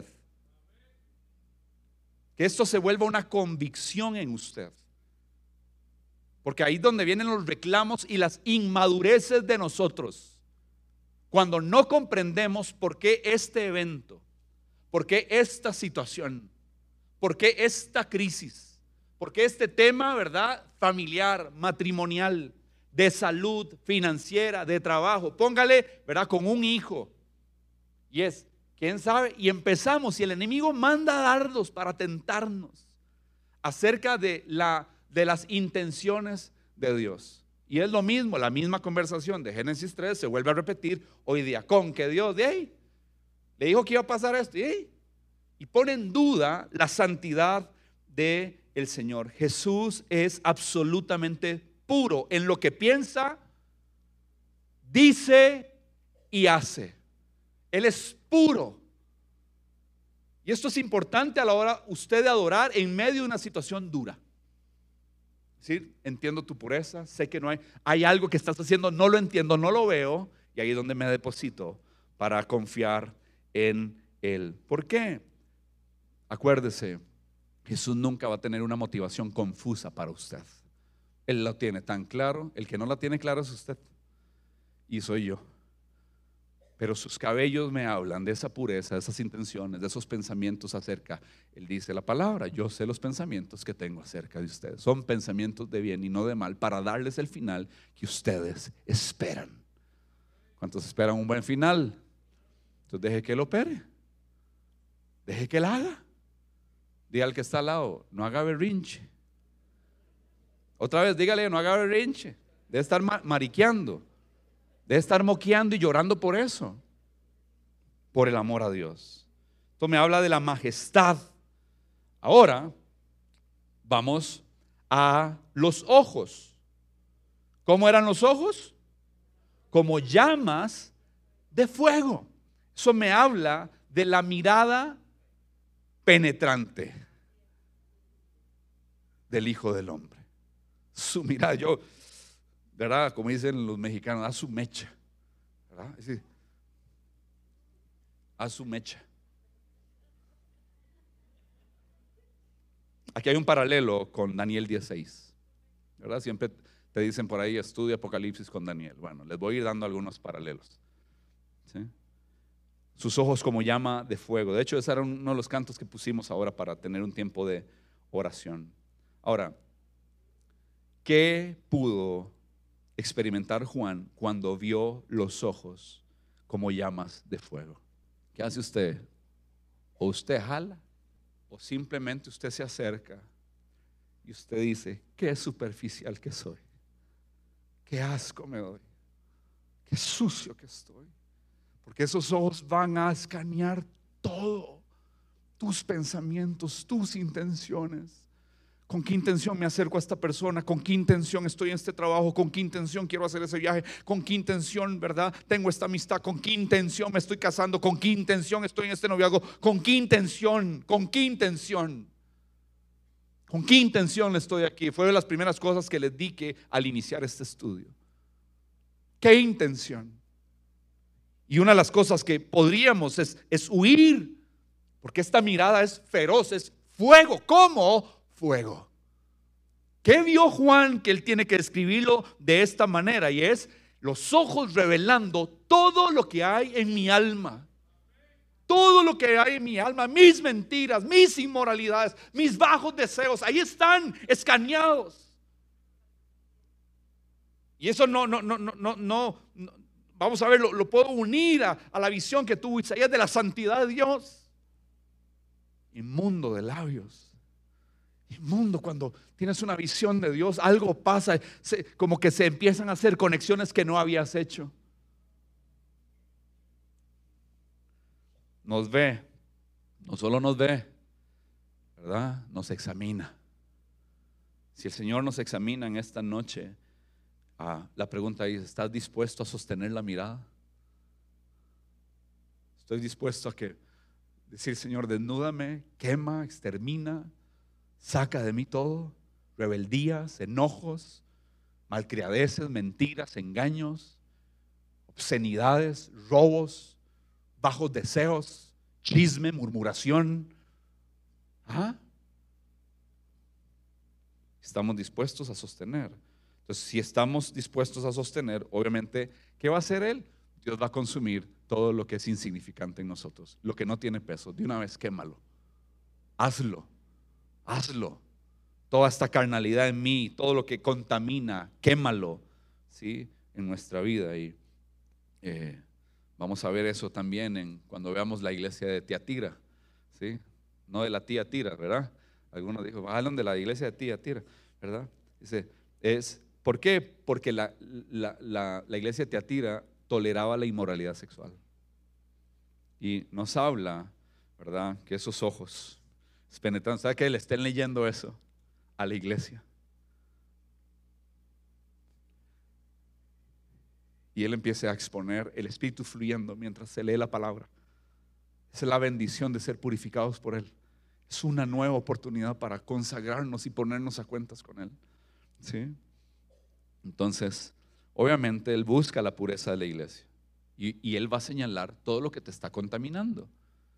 Que esto se vuelva una convicción en usted. Porque ahí es donde vienen los reclamos y las inmadureces de nosotros. Cuando no comprendemos por qué este evento, por qué esta situación, por qué esta crisis, por qué este tema, ¿verdad?, familiar, matrimonial, de salud, financiera, de trabajo. Póngale, ¿verdad?, con un hijo. Y es, ¿quién sabe? Y empezamos, y el enemigo manda dardos para tentarnos acerca de, la, de las intenciones de Dios. Y es lo mismo, la misma conversación de Génesis tres se vuelve a repetir hoy día. Con que Dios de ahí le dijo que iba a pasar esto, y, y pone en duda la santidad del Señor. Jesús es absolutamente puro en lo que piensa, dice y hace. Él es puro. Y esto es importante a la hora usted de adorar en medio de una situación dura. Es decir, entiendo tu pureza, sé que no hay, hay algo que estás haciendo, no lo entiendo, no lo veo, y ahí es donde me deposito para confiar en Él. ¿Por qué? Acuérdese, Jesús nunca va a tener una motivación confusa para usted. Él lo tiene tan claro, el que no la tiene claro es usted y soy yo. Pero sus cabellos me hablan de esa pureza, de esas intenciones, de esos pensamientos acerca. Él dice la palabra, yo sé los pensamientos que tengo acerca de ustedes. Son pensamientos de bien y no de mal, para darles el final que ustedes esperan. ¿Cuántos esperan un buen final? Entonces deje que Él opere, deje que Él haga. Diga al que está al lado, no haga berrinche. Otra vez dígale, no haga berrinche. Debe estar mariqueando, debe estar moqueando y llorando por eso, por el amor a Dios. Esto me habla de la majestad. Ahora vamos a los ojos. ¿Cómo eran los ojos? Como llamas de fuego. Eso me habla de la mirada penetrante del Hijo del Hombre. Su mirada, yo, ¿verdad? Como dicen los mexicanos, a su mecha, ¿verdad? Es decir, a su mecha. Aquí hay un paralelo con Daniel dieciséis, ¿verdad? Siempre te dicen por ahí, estudia Apocalipsis con Daniel. Bueno, les voy a ir dando algunos paralelos, ¿sí? Sus ojos como llama de fuego. De hecho, ese era uno de los cantos que pusimos ahora para tener un tiempo de oración. Ahora, ¿qué pudo experimentar Juan cuando vio los ojos como llamas de fuego? ¿Qué hace usted? O usted jala, o simplemente usted se acerca y usted dice, qué superficial que soy, qué asco me doy, qué sucio que estoy. Porque esos ojos van a escanear todo, tus pensamientos, tus intenciones. ¿Con qué intención me acerco a esta persona? ¿Con qué intención estoy en este trabajo? ¿Con qué intención quiero hacer ese viaje? ¿Con qué intención, verdad, tengo esta amistad? ¿Con qué intención me estoy casando? ¿Con qué intención estoy en este noviazgo? ¿Con qué intención? ¿Con qué intención? ¿Con qué intención estoy aquí? Fue de las primeras cosas que les dije al iniciar este estudio. ¿Qué intención? Y una de las cosas que podríamos es, es huir, porque esta mirada es feroz, es fuego. ¿Cómo? Fuego. ¿Qué vio Juan que él tiene que describirlo de esta manera? Y es los ojos revelando todo lo que hay en mi alma. Todo lo que hay en mi alma, mis mentiras, mis inmoralidades, mis bajos deseos, ahí están escaneados. Y eso no, no, no, no, no, no, no vamos a ver, lo, lo puedo unir a, a la visión que tuvo Isaías de la santidad de Dios. Inmundo de labios. Inmundo, cuando tienes una visión de Dios, algo pasa, se, como que se empiezan a hacer conexiones que no habías hecho. Nos ve, no solo nos ve, ¿verdad? Nos examina. Si el Señor nos examina en esta noche, ah, la pregunta es: ¿estás dispuesto a sostener la mirada? Estoy dispuesto a que decir: Señor, desnúdame, quema, extermina, saca de mí todo, rebeldías, enojos, malcriadeces, mentiras, engaños, obscenidades, robos, bajos deseos, chisme, murmuración. ¿Ah? Estamos dispuestos a sostener. Entonces, si estamos dispuestos a sostener, obviamente, ¿qué va a hacer Él? Dios va a consumir todo lo que es insignificante en nosotros, lo que no tiene peso. De una vez, quémalo. Hazlo. Hazlo. Toda esta carnalidad en mí, todo lo que contamina, quémalo, ¿sí? En nuestra vida. Y eh, vamos a ver eso también en, cuando veamos la iglesia de Tiatira, ¿sí? No de la tía Tira, ¿verdad? Algunos dijo, hablan de la iglesia de tía Tira, ¿verdad? Dice, es, ¿por qué? Porque la, la, la, la iglesia de Tiatira toleraba la inmoralidad sexual. Y nos habla, ¿verdad? Que esos ojos es penetrante. ¿Sabe que le estén leyendo eso a la iglesia? Y él empieza a exponer el Espíritu fluyendo mientras se lee la palabra. Esa es la bendición de ser purificados por Él. Es una nueva oportunidad para consagrarnos y ponernos a cuentas con Él, ¿sí? Entonces, obviamente Él busca la pureza de la iglesia y, y Él va a señalar todo lo que te está contaminando.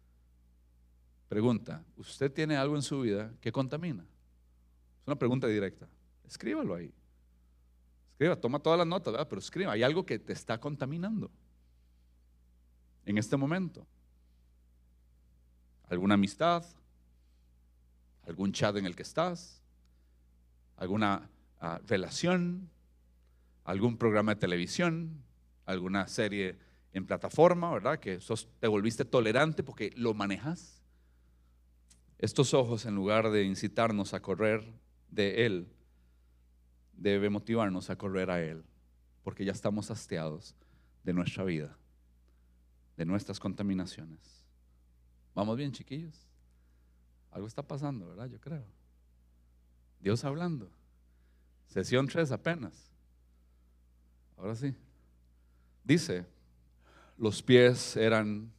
Pregunta, ¿usted tiene algo en su vida que contamina? Es una pregunta directa. Escríbalo ahí. Escriba, toma todas las notas, ¿verdad? Pero escriba, hay algo que te está contaminando en este momento. ¿Alguna amistad? ¿Algún chat en el que estás? ¿Alguna uh, relación? ¿Algún programa de televisión? ¿Alguna serie en plataforma, verdad? Que sos, te volviste tolerante porque lo manejas. Estos ojos, en lugar de incitarnos a correr de Él, debe motivarnos a correr a Él, porque ya estamos hastiados de nuestra vida, de nuestras contaminaciones. ¿Vamos bien, chiquillos? Algo está pasando, ¿verdad? Yo creo. Dios hablando. Sesión tres apenas. Ahora sí. Dice, los pies eran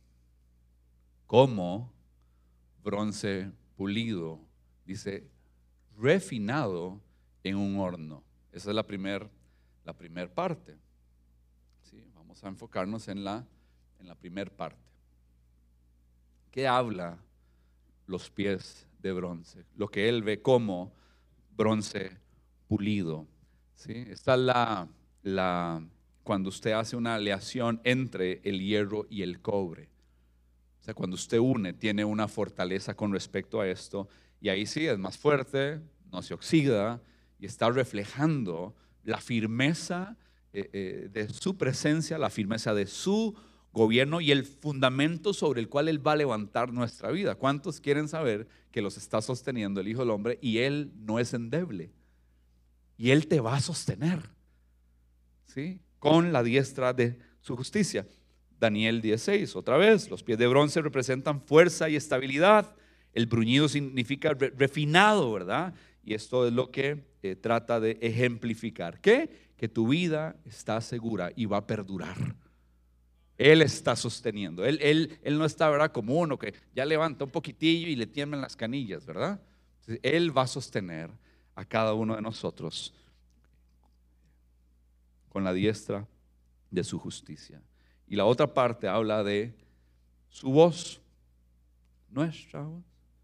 como bronce pulido, dice, refinado en un horno. Esa es la primera la primer parte. ¿Sí? Vamos a enfocarnos en la, en la primera parte. ¿Qué habla los pies de bronce? Lo que él ve como bronce pulido. ¿Sí? Esta es la, la, cuando usted hace una aleación entre el hierro y el cobre. O sea, cuando usted une, tiene una fortaleza con respecto a esto. Y ahí sí, es más fuerte, no se oxida y está reflejando la firmeza eh, eh, de su presencia, la firmeza de su gobierno y el fundamento sobre el cual Él va a levantar nuestra vida. ¿Cuántos quieren saber que los está sosteniendo el Hijo del Hombre y Él no es endeble? Y Él te va a sostener, ¿sí? Con la diestra de su justicia. Daniel dieciséis, otra vez, los pies de bronce representan fuerza y estabilidad. El bruñido significa re- refinado, ¿verdad? Y esto es lo que eh, trata de ejemplificar. ¿Qué? Que tu vida está segura y va a perdurar. Él está sosteniendo. Él, él, él no está, ¿verdad? Como uno que ya levanta un poquitillo y le tiemblan las canillas, ¿verdad? Entonces, Él va a sostener a cada uno de nosotros con la diestra de su justicia. Y la otra parte habla de su voz, nuestra voz,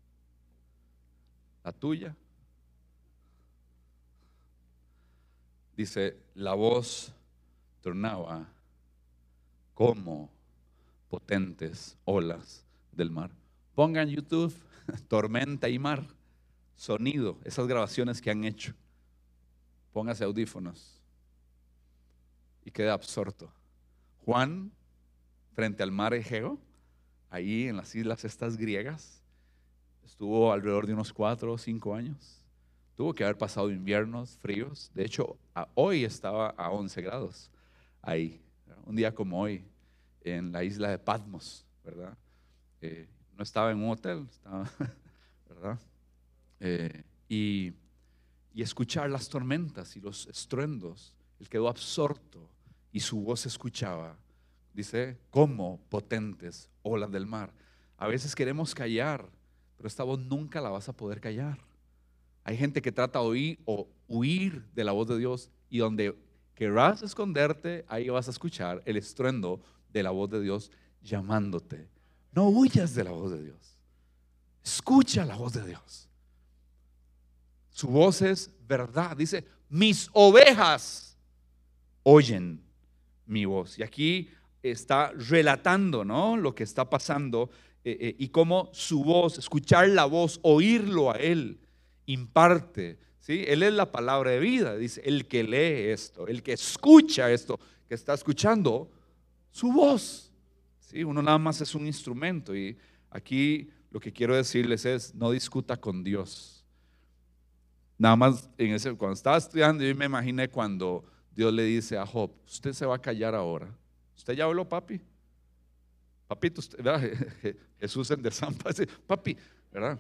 la tuya. Dice, la voz tronaba como potentes olas del mar. Pongan YouTube, tormenta y mar, sonido, esas grabaciones que han hecho. Póngase audífonos y quede absorto. Juan, frente al mar Egeo, ahí en las islas estas griegas, estuvo alrededor de unos cuatro o cinco años. Tuvo que haber pasado inviernos fríos. De hecho, a, hoy estaba a once grados ahí, un día como hoy, en la isla de Patmos, ¿verdad? Eh, no estaba en un hotel, estaba, ¿verdad? Eh, y, y escuchar las tormentas y los estruendos, él quedó absorto y su voz se escuchaba, dice, como potentes olas del mar. A veces queremos callar, pero esta voz nunca la vas a poder callar. Hay gente que trata de oír o huir de la voz de Dios, y donde querrás esconderte, ahí vas a escuchar el estruendo de la voz de Dios llamándote. No huyas de la voz de Dios, escucha la voz de Dios. Su voz es verdad. Dice, mis ovejas oyen mi voz. Y aquí está relatando, ¿no?, lo que está pasando eh, eh, y cómo su voz, escuchar la voz, oírlo a Él, imparte, ¿sí? Él es la palabra de vida. Dice, el que lee esto, el que escucha esto, que está escuchando su voz, ¿sí? Uno nada más es un instrumento. Y aquí lo que quiero decirles es, no discuta con Dios. Nada más en ese, cuando estaba estudiando, yo me imaginé cuando Dios le dice a Job, usted se va a callar ahora. ¿Usted ya habló, papi? Papito, usted, ¿verdad? Jesús en Desampa dice, papi, ¿verdad?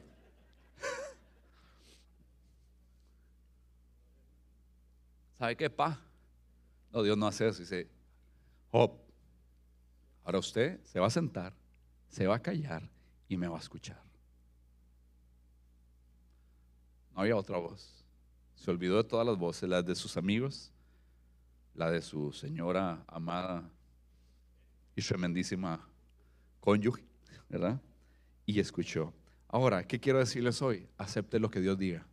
¿Sabe qué, pa? No, Dios no hace eso. Dice, Job, ahora usted se va a sentar, se va a callar y me va a escuchar. No había otra voz. Se olvidó de todas las voces, las de sus amigos, la de su señora amada y tremendísima cónyuge, ¿verdad? Y escuchó. Ahora, ¿qué quiero decirles hoy? Acepte lo que Dios diga.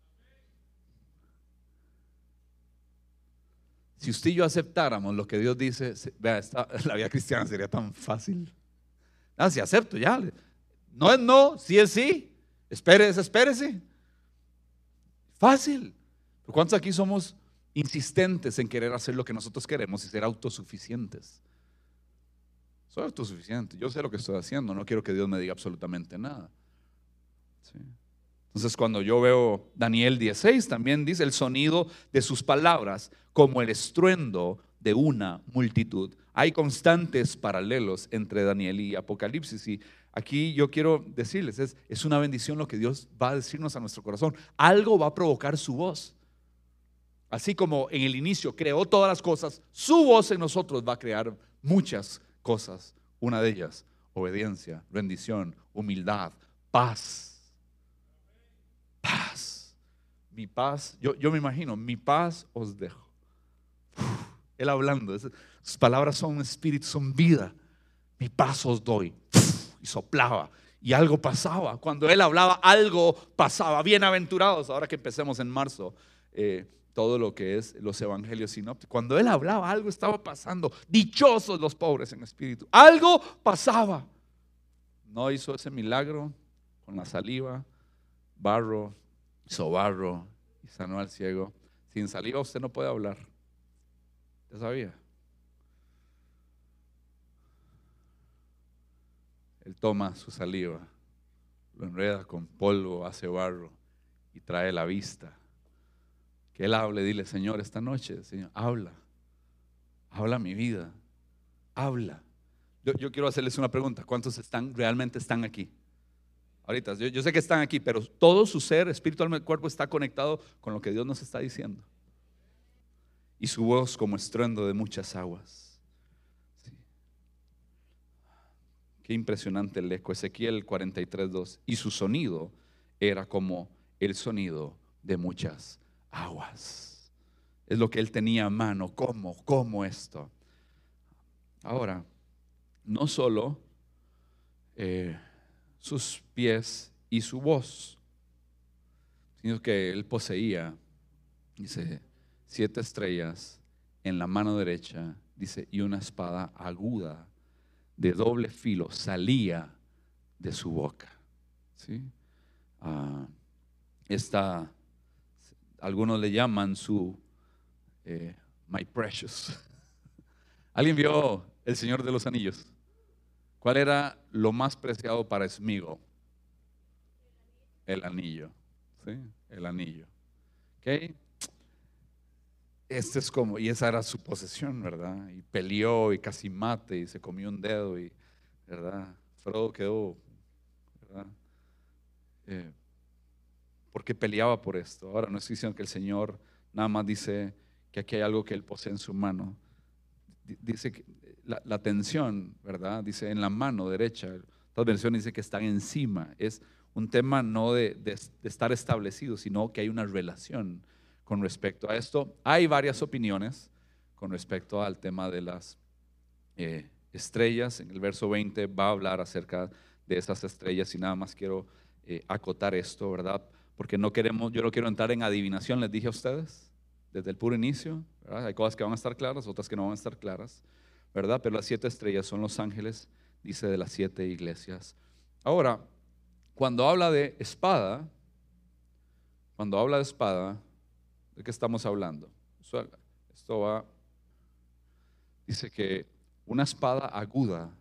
Si usted y yo aceptáramos lo que Dios dice, vea, esta, la vida cristiana sería tan fácil. Ah, si acepto, ya. No es no, sí es sí. Espérese, espérese. Fácil. Pero ¿cuántos aquí somos insistentes en querer hacer lo que nosotros queremos y ser autosuficientes? Soy autosuficiente, yo sé lo que estoy haciendo, no quiero que Dios me diga absolutamente nada. ¿Sí? Entonces, cuando yo veo Daniel dieciséis, también dice el sonido de sus palabras como el estruendo de una multitud. Hay constantes paralelos entre Daniel y Apocalipsis, y aquí yo quiero decirles, es, es una bendición lo que Dios va a decirnos a nuestro corazón. Algo va a provocar su voz. Así como en el inicio creó todas las cosas, su voz en nosotros va a crear muchas cosas. Una de ellas, obediencia, rendición, humildad, paz. Paz. Mi paz, yo, yo me imagino, mi paz os dejo. Uf, él hablando, sus palabras son espíritu, son vida. Mi paz os doy. Uf, y soplaba. Y algo pasaba. Cuando él hablaba, algo pasaba. Bienaventurados, ahora que empecemos en marzo, eh, todo lo que es los evangelios sinópticos. Cuando él hablaba, algo estaba pasando. Dichosos los pobres en espíritu. Algo pasaba. No hizo ese milagro con la saliva, barro, hizo barro y sanó al ciego. Sin saliva usted no puede hablar. ¿Ya sabía? Él toma su saliva, lo enreda con polvo, hace barro y trae la vista. Que él hable, dile, Señor, esta noche, Señor, habla, habla mi vida, habla. Yo, yo quiero hacerles una pregunta, ¿cuántos están, realmente están aquí? Ahorita, yo, yo sé que están aquí, pero todo su ser, espíritu, alma y cuerpo está conectado con lo que Dios nos está diciendo. Y su voz como estruendo de muchas aguas. Sí. Qué impresionante el eco. Ezequiel cuarenta y tres, dos. Y su sonido era como el sonido de muchas aguas. Es lo que él tenía a mano. ¿Cómo? ¿Cómo esto? Ahora, no solo eh, sus pies y su voz, sino que él poseía, dice, siete estrellas en la mano derecha, dice, y una espada aguda de doble filo salía de su boca. ¿Sí? Uh, esta, algunos le llaman su eh, My Precious. ¿Alguien vio El Señor de los Anillos? ¿Cuál era lo más preciado para Sméagol? El anillo. ¿Sí? El anillo. ¿Ok? Este es como, y esa era su posesión, ¿verdad? Y peleó y casi mate y se comió un dedo y, ¿verdad? Frodo quedó, ¿verdad? Eh, porque peleaba por esto. Ahora no estoy diciendo que el Señor nada más dice que aquí hay algo que Él posee en su mano. Dice que la, la tensión, ¿verdad? Dice en la mano derecha. Otras versiones dice que están encima. Es un tema no de, de, de estar establecido, sino que hay una relación con respecto a esto. Hay varias opiniones con respecto al tema de las eh, estrellas. En el verso veinte va a hablar acerca de esas estrellas y nada más quiero eh, acotar esto, ¿verdad? Porque no queremos, yo no quiero entrar en adivinación, les dije a ustedes desde el puro inicio, ¿verdad? Hay cosas que van a estar claras, otras que no van a estar claras, ¿verdad? Pero las siete estrellas son los ángeles, dice, de las siete iglesias. Ahora, cuando habla de espada, cuando habla de espada, ¿de qué estamos hablando? Esto va, dice que una espada aguda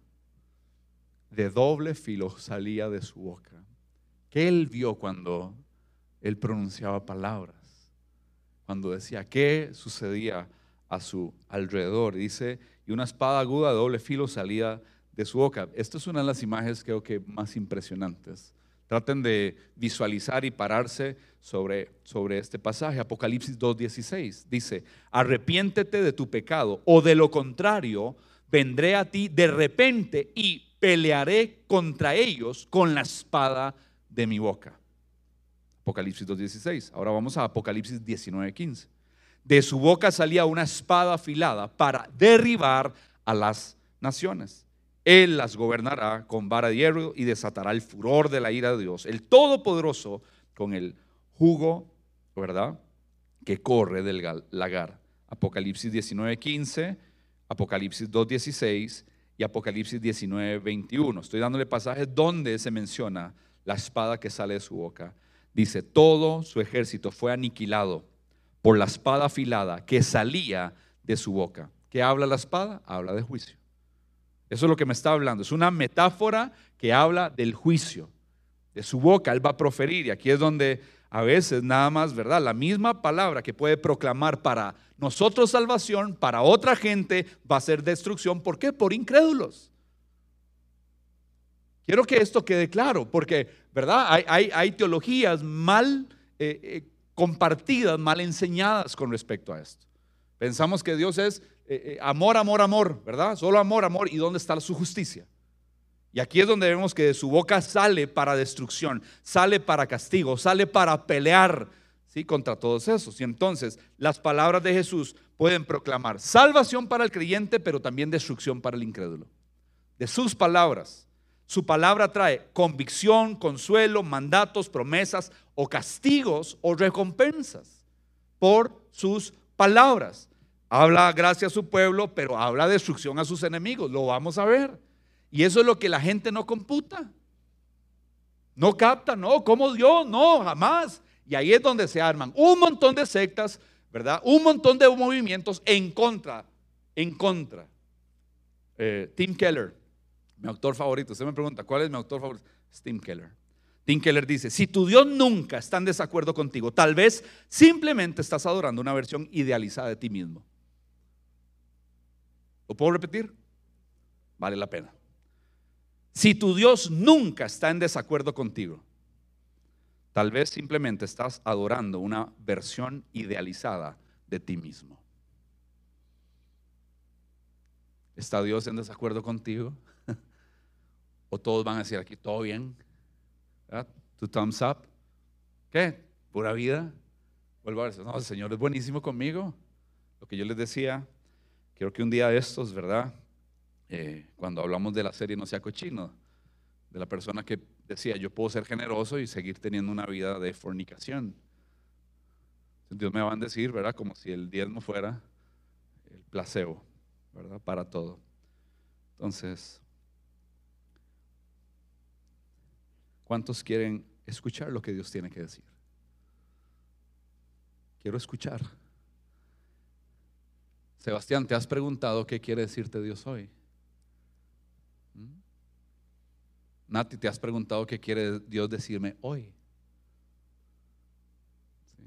de doble filo salía de su boca. ¿Qué él vio cuando él pronunciaba palabras? Cuando decía, ¿qué sucedía a su alrededor? Dice, y una espada aguda de doble filo salía de su boca. Esta es una de las imágenes creo que más impresionantes. Traten de visualizar y pararse sobre, sobre este pasaje. Apocalipsis dos dieciséis dice, arrepiéntete de tu pecado, o de lo contrario, vendré a ti de repente y pelearé contra ellos con la espada de mi boca. Apocalipsis dos dieciséis. Ahora vamos a Apocalipsis diecinueve quince. De su boca salía una espada afilada para derribar a las naciones. Él las gobernará con vara de hierro y desatará el furor de la ira de Dios, el Todopoderoso, con el jugo, ¿verdad?, que corre del lagar. Apocalipsis diecinueve quince, Apocalipsis dos dieciséis y Apocalipsis diecinueve veintiuno. Estoy dándole pasajes donde se menciona la espada que sale de su boca. Dice, todo su ejército fue aniquilado por la espada afilada que salía de su boca. ¿Qué habla la espada? Habla de juicio. Eso es lo que me está hablando. Es una metáfora que habla del juicio. De su boca Él va a proferir. Y aquí es donde a veces nada más, ¿verdad? La misma palabra que puede proclamar para nosotros salvación, para otra gente va a ser destrucción. ¿Por qué? Por incrédulos. Quiero que esto quede claro, porque, ¿verdad? Hay, hay, hay teologías mal eh, eh, compartidas, mal enseñadas con respecto a esto. Pensamos que Dios es eh, eh, amor, amor, amor, ¿verdad? Solo amor, amor. ¿Y dónde está su justicia? Y aquí es donde vemos que de su boca sale para destrucción, sale para castigo, sale para pelear, ¿sí?, contra todos esos. Y entonces las palabras de Jesús pueden proclamar salvación para el creyente, pero también destrucción para el incrédulo. De sus palabras. Su palabra trae convicción, consuelo, mandatos, promesas o castigos o recompensas por sus palabras. Habla gracia a su pueblo, pero habla destrucción a sus enemigos. Lo vamos a ver. Y eso es lo que la gente no computa. No capta, no, ¿cómo Dios? No, jamás. Y ahí es donde se arman un montón de sectas, ¿verdad? Un montón de movimientos en contra, en contra. Eh, Tim Keller. Mi autor favorito, usted me pregunta, ¿cuál es mi autor favorito? Es Tim Keller. Tim Keller dice, si tu Dios nunca está en desacuerdo contigo, tal vez simplemente estás adorando una versión idealizada de ti mismo. ¿Lo puedo repetir? Vale la pena. Si tu Dios nunca está en desacuerdo contigo, tal vez simplemente estás adorando una versión idealizada de ti mismo. ¿Está Dios en desacuerdo contigo? O todos van a decir aquí, todo bien, ¿verdad? Tu thumbs up. ¿Qué? Pura vida. Vuelvo a decir, no, el Señor es buenísimo conmigo. Lo que yo les decía, quiero que un día de estos, ¿verdad? Eh, cuando hablamos de la serie No sea cochino, de la persona que decía, yo puedo ser generoso y seguir teniendo una vida de fornicación. Dios me va a decir, ¿verdad? Como si el diezmo fuera placebo, ¿verdad? Para todo. Entonces, ¿cuántos quieren escuchar lo que Dios tiene que decir? Quiero escuchar. Sebastián, ¿te has preguntado qué quiere decirte Dios hoy? ¿Mm? Nati, ¿te has preguntado qué quiere Dios decirme hoy? ¿Sí?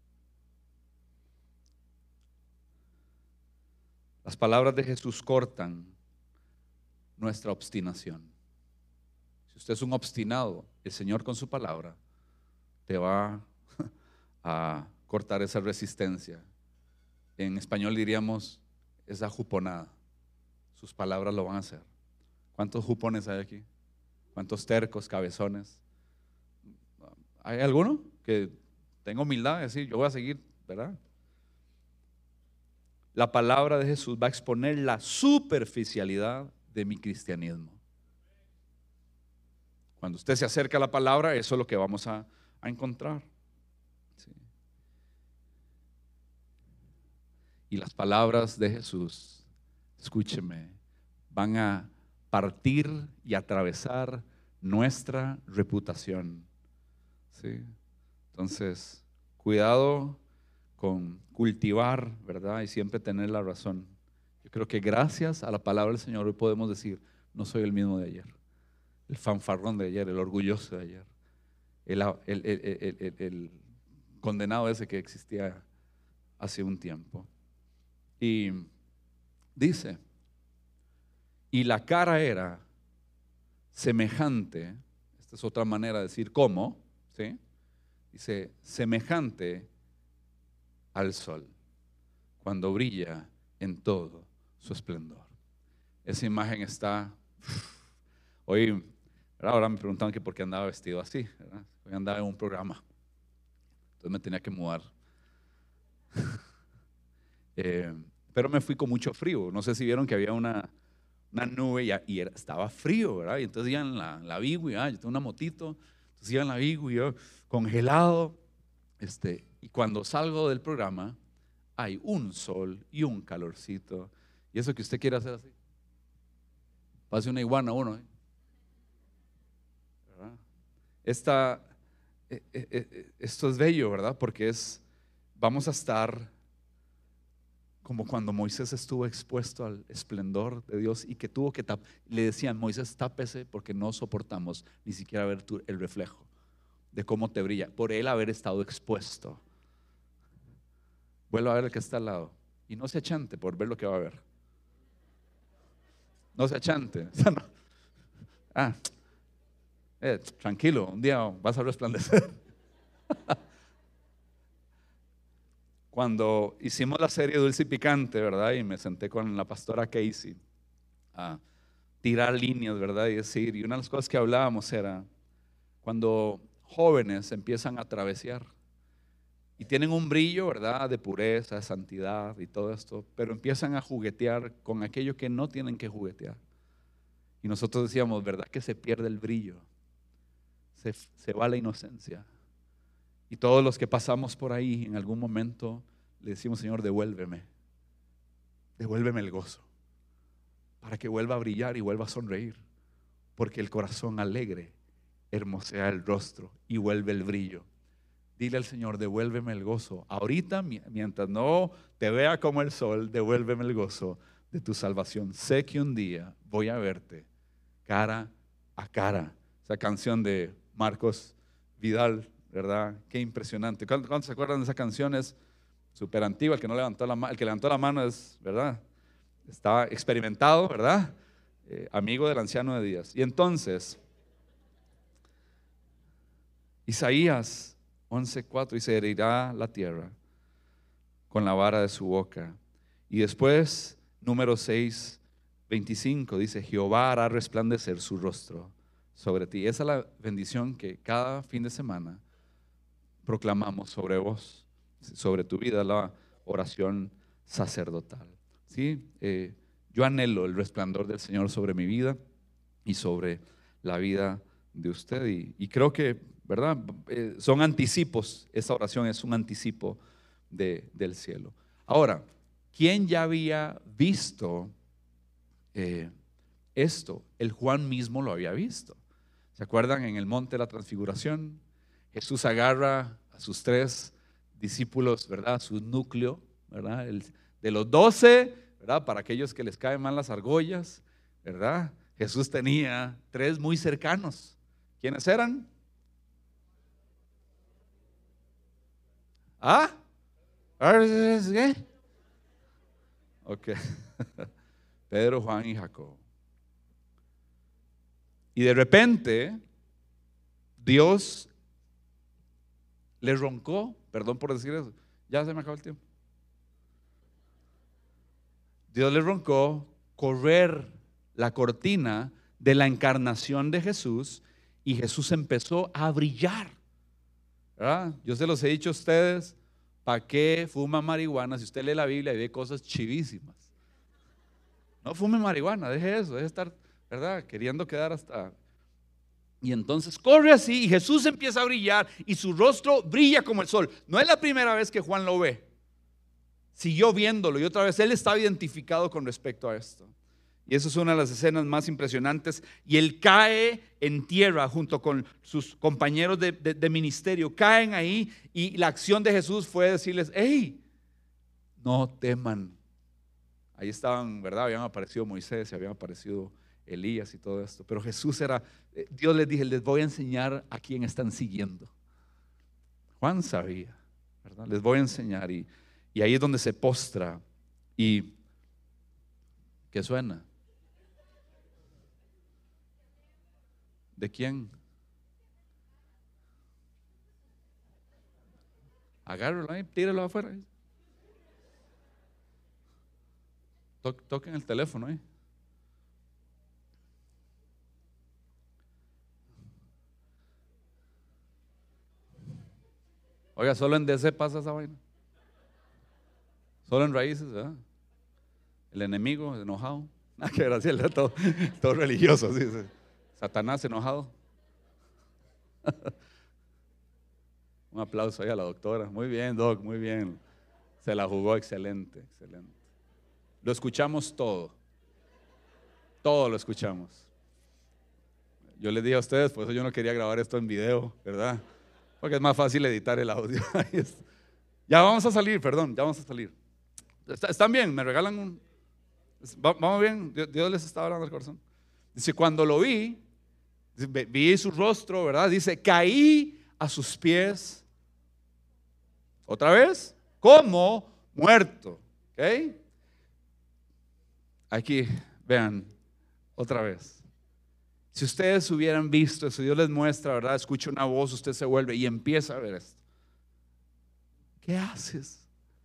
Las palabras de Jesús cortan nuestra obstinación. Si usted es un obstinado, el Señor con su palabra te va a cortar esa resistencia. En español diríamos esa juponada. Sus palabras lo van a hacer. ¿Cuántos jupones hay aquí? ¿Cuántos tercos, cabezones? ¿Hay alguno que tenga humildad de decir, yo voy a seguir, ¿verdad? La palabra de Jesús va a exponer la superficialidad de mi cristianismo. Cuando usted se acerca a la palabra, eso es lo que vamos a, a encontrar. Sí. Y las palabras de Jesús, escúcheme, van a partir y atravesar nuestra reputación. ¿Sí? Entonces, cuidado con cultivar, ¿verdad? Y siempre tener la razón. Yo creo que gracias a la palabra del Señor hoy podemos decir, no soy el mismo de ayer. El fanfarrón de ayer, el orgulloso de ayer, el, el, el, el, el, el condenado ese que existía hace un tiempo. Y dice, y la cara era semejante, esta es otra manera de decir cómo, ¿sí? Dice, semejante al sol, cuando brilla en todo su esplendor. Esa imagen está, hoy, ahora me preguntaban que por qué andaba vestido así, ¿verdad? Hoy andaba en un programa, entonces me tenía que mudar. Eh, pero me fui con mucho frío. No sé si vieron que había una, una nube y, y era, estaba frío, ¿verdad? Y entonces iba en la, la Bigui, ah, yo tengo una motito, entonces iba en la Bigui, yo congelado. Este, y cuando salgo del programa, hay un sol y un calorcito. Y eso que usted quiere hacer así, pase una iguana uno, ¿eh? ¿Verdad? Esta, eh, eh, eh, esto es bello, ¿verdad? Porque es, vamos a estar como cuando Moisés estuvo expuesto al esplendor de Dios y que tuvo que tapar, le decían, Moisés, tápese porque no soportamos ni siquiera ver tu, el reflejo de cómo te brilla, por él haber estado expuesto. Vuelva a ver el que está al lado y no se achante por ver lo que va a ver. No se achante. Ah, eh, tranquilo, un día vas a resplandecer. Cuando hicimos la serie Dulce y Picante, ¿verdad? Y me senté con la pastora Casey a tirar líneas, ¿verdad? Y decir, y una de las cosas que hablábamos era cuando jóvenes empiezan a travesear y tienen un brillo, ¿verdad? De pureza, de santidad y todo esto, pero empiezan a juguetear con aquello que no tienen que juguetear. Y nosotros decíamos, ¿verdad? Que se pierde el brillo, se, se va la inocencia. Y todos los que pasamos por ahí en algún momento le decimos, Señor, devuélveme, devuélveme el gozo, para que vuelva a brillar y vuelva a sonreír, porque el corazón alegre hermosea el rostro y vuelve el brillo. Dile al Señor, devuélveme el gozo. Ahorita, mientras no te vea como el sol, devuélveme el gozo de tu salvación. Sé que un día voy a verte cara a cara. Esa canción de Marcos Vidal, ¿verdad? Qué impresionante. ¿Cuántos se acuerdan de esa canción? Es súper antigua. El que no levantó la mano, el que levantó la mano es, ¿verdad? Estaba experimentado, ¿verdad? Eh, amigo del anciano de días. Y entonces, Isaías once cuatro dice, herirá la tierra con la vara de su boca. Y después, número seis veinticinco dice, Jehová hará resplandecer su rostro sobre ti. Esa es la bendición que cada fin de semana proclamamos sobre vos, sobre tu vida, la oración sacerdotal. ¿Sí? Eh, yo anhelo el resplandor del Señor sobre mi vida y sobre la vida de usted. Y, y creo que, ¿verdad? Eh, son anticipos, esa oración es un anticipo de, del cielo. Ahora, ¿quién ya había visto eh, esto? El Juan mismo lo había visto. ¿Se acuerdan? En el monte de la transfiguración, Jesús agarra a sus tres discípulos, ¿verdad? Su núcleo, ¿verdad? El, de los doce, ¿verdad? Para aquellos que les caen mal las argollas, ¿verdad? Jesús tenía tres muy cercanos. ¿Quiénes eran? ¿Ah? ¿Qué? Ok. Pedro, Juan y Jacob. Y de repente, Dios le roncó, perdón por decir eso, ya se me acabó el tiempo. Dios le roncó correr la cortina de la encarnación de Jesús y Jesús empezó a brillar, ¿verdad? Yo se los he dicho a ustedes, ¿para qué fuma marihuana? Si usted lee la Biblia y ve cosas chivísimas. No fume marihuana, deje eso, deje estar, ¿verdad? Queriendo quedar hasta... Y entonces corre así y Jesús empieza a brillar y su rostro brilla como el sol. No es la primera vez que Juan lo ve. Siguió viéndolo y otra vez él estaba identificado con respecto a esto. Y eso es una de las escenas más impresionantes. Y él cae en tierra junto con sus compañeros de, de, de ministerio. Caen ahí y la acción de Jesús fue decirles: hey, no teman. Ahí estaban, ¿verdad? Habían aparecido Moisés y habían aparecido Elías y todo esto. Pero Jesús era, Dios les dije, les voy a enseñar a quién están siguiendo. Juan sabía, ¿verdad? Les voy a enseñar. Y, y ahí es donde se postra. ¿Y qué suena? ¿De quién? Agárralo ahí, tíralo afuera. Toquen el teléfono ahí. Oiga, solo en D C pasa esa vaina. Solo en raíces, ¿verdad? El enemigo enojado. Ah, qué gracia, todo, todo religioso, sí, sí. Satanás enojado. Un aplauso ahí a la doctora. Muy bien, Doc, muy bien. Se la jugó excelente, excelente. Lo escuchamos todo. Todo lo escuchamos. Yo les dije a ustedes, por eso yo no quería grabar esto en video, ¿verdad? Porque es más fácil editar el audio. Ya vamos a salir, perdón, ya vamos a salir. ¿Están bien? ¿Me regalan un? ¿Vamos bien? Dios les está hablando al corazón. Dice, cuando lo vi, vi su rostro, ¿verdad? Dice, caí a sus pies. ¿Otra vez? Como muerto. ¿Ok? Aquí, vean, otra vez. Si ustedes hubieran visto eso, Dios les muestra, ¿verdad? Escucha una voz, usted se vuelve y empieza a ver esto. ¿Qué haces?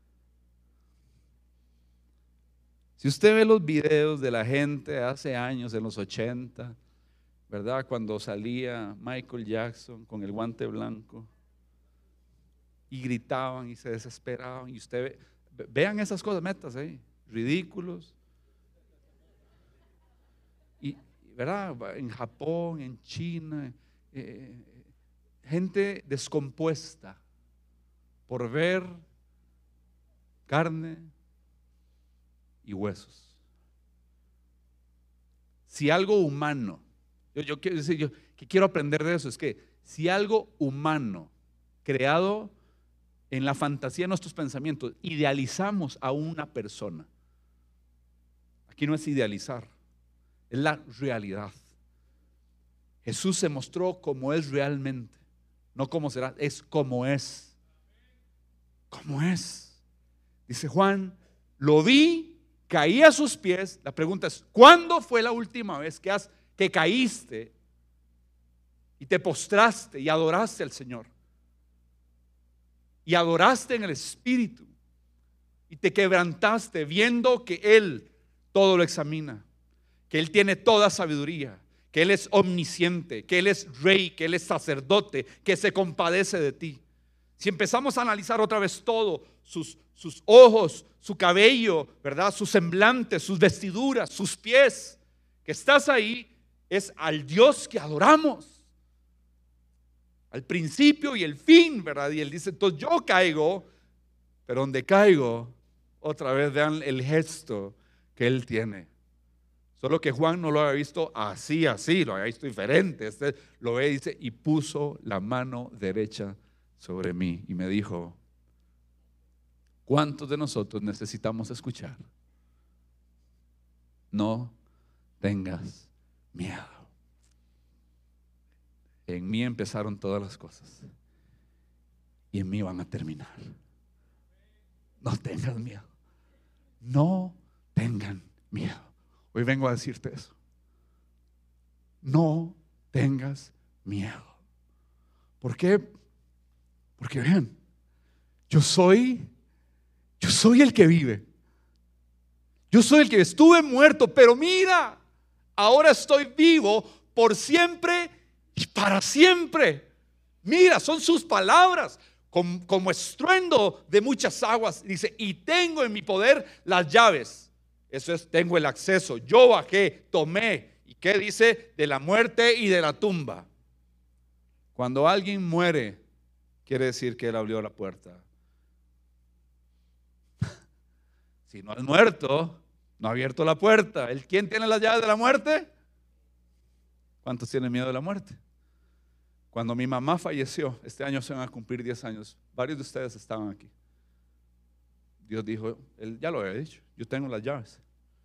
Si usted ve los videos de la gente hace años, en los ochenta, ¿verdad? Cuando salía Michael Jackson con el guante blanco y gritaban y se desesperaban, y usted ve, vean esas cosas, metas ahí, ridículos. Y, ¿verdad? En Japón, en China, eh, gente descompuesta por ver carne y huesos. Si algo humano, yo, yo, quiero decir, yo que quiero aprender de eso, es que si algo humano creado en la fantasía de nuestros pensamientos, idealizamos a una persona, aquí no es idealizar, es la realidad. Jesús se mostró como es realmente, no como será, es como es. Como es. Dice Juan, lo vi, caí a sus pies. La pregunta es, ¿cuándo fue la última vez que, has, que caíste y te postraste y adoraste al Señor? Y adoraste en el Espíritu y te quebrantaste viendo que Él todo lo examina, que Él tiene toda sabiduría, que Él es omnisciente, que Él es rey, que Él es sacerdote, que se compadece de ti. Si empezamos a analizar otra vez todo, sus, sus ojos, su cabello, ¿verdad? Su semblante, sus vestiduras, sus pies, que estás ahí, es al Dios que adoramos, al principio y el fin, ¿verdad? Y Él dice, entonces yo caigo, pero donde caigo, otra vez, vean el gesto que él tiene. Solo que Juan no lo había visto así, así, lo había visto diferente. Este lo ve y dice, y puso la mano derecha sobre mí y me dijo, ¿cuántos de nosotros necesitamos escuchar? No tengas miedo. En mí empezaron todas las cosas y en mí van a terminar. No tengas miedo. No tengan miedo. Hoy vengo a decirte eso. No tengas miedo. ¿Por qué? Porque vean, yo soy, yo soy el que vive. Yo soy el que estuve muerto, pero mira, ahora estoy vivo por siempre y para siempre. Mira, son sus palabras, como, como estruendo de muchas aguas. Dice, y tengo en mi poder las llaves. Eso es, tengo el acceso. Yo bajé, tomé. ¿Y qué dice? De la muerte y de la tumba. Cuando alguien muere, quiere decir que él abrió la puerta. Si no has muerto, no ha abierto la puerta. ¿El quién tiene las llaves de la muerte? ¿Cuántos tienen miedo de la muerte? Cuando mi mamá falleció, este año se van a cumplir diez años, varios de ustedes estaban aquí. Dios dijo, él ya lo había dicho, yo tengo las llaves.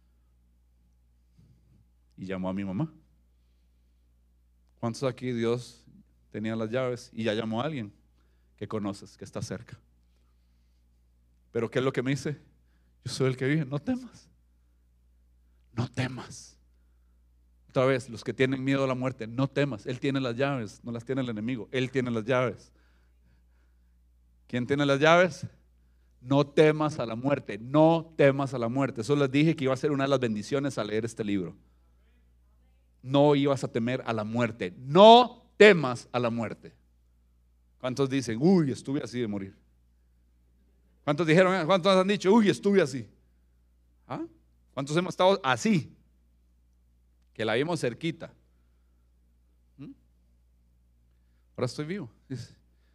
Y llamó a mi mamá. ¿Cuántos aquí Dios tenía las llaves y ya llamó a alguien que conoces, que está cerca? Pero ¿qué es lo que me dice? Yo soy el que vive, no temas. No temas. Otra vez, los que tienen miedo a la muerte, no temas. Él tiene las llaves, no las tiene el enemigo. Él tiene las llaves. ¿Quién tiene las llaves? No temas a la muerte. No temas a la muerte. Eso les dije que iba a ser una de las bendiciones al leer este libro. No ibas a temer a la muerte. No temas a la muerte. ¿Cuántos dicen, uy, estuve así de morir? ¿Cuántos dijeron, cuántos han dicho, uy, estuve así? ¿Ah? ¿Cuántos hemos estado así? Que la vimos cerquita. ¿Mm? Ahora estoy vivo. Dice.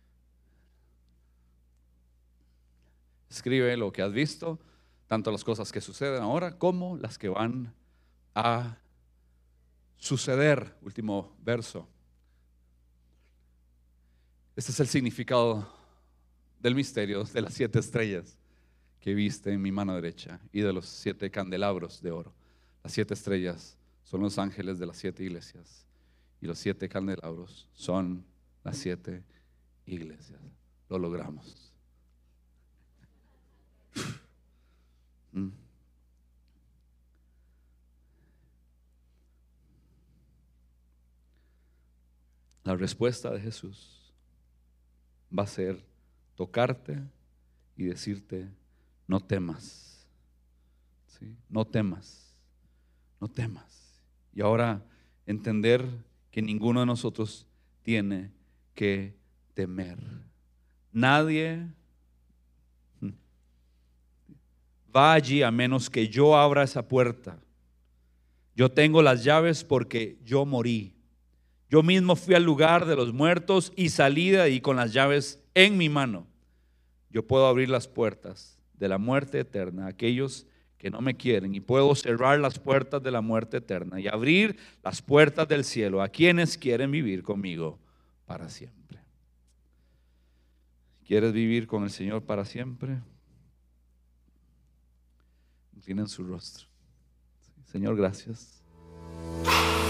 Escribe lo que has visto, tanto las cosas que suceden ahora como las que van a suceder. Último verso. Este es el significado del misterio de las siete estrellas que viste en mi mano derecha y de los siete candelabros de oro. Las siete estrellas son los ángeles de las siete iglesias y los siete candelabros son las siete iglesias. Lo logramos. Mm. La respuesta de Jesús va a ser tocarte y decirte, no temas, ¿sí? No temas, no temas. Y ahora entender que ninguno de nosotros tiene que temer. Nadie va allí a menos que yo abra esa puerta. Yo tengo las llaves porque yo morí. Yo mismo fui al lugar de los muertos y salí de ahí con las llaves en mi mano. Yo puedo abrir las puertas de la muerte eterna a aquellos que no me quieren, y puedo cerrar las puertas de la muerte eterna y abrir las puertas del cielo a quienes quieren vivir conmigo para siempre. ¿Quieres vivir con el Señor para siempre? Inclinen su rostro. Señor, gracias.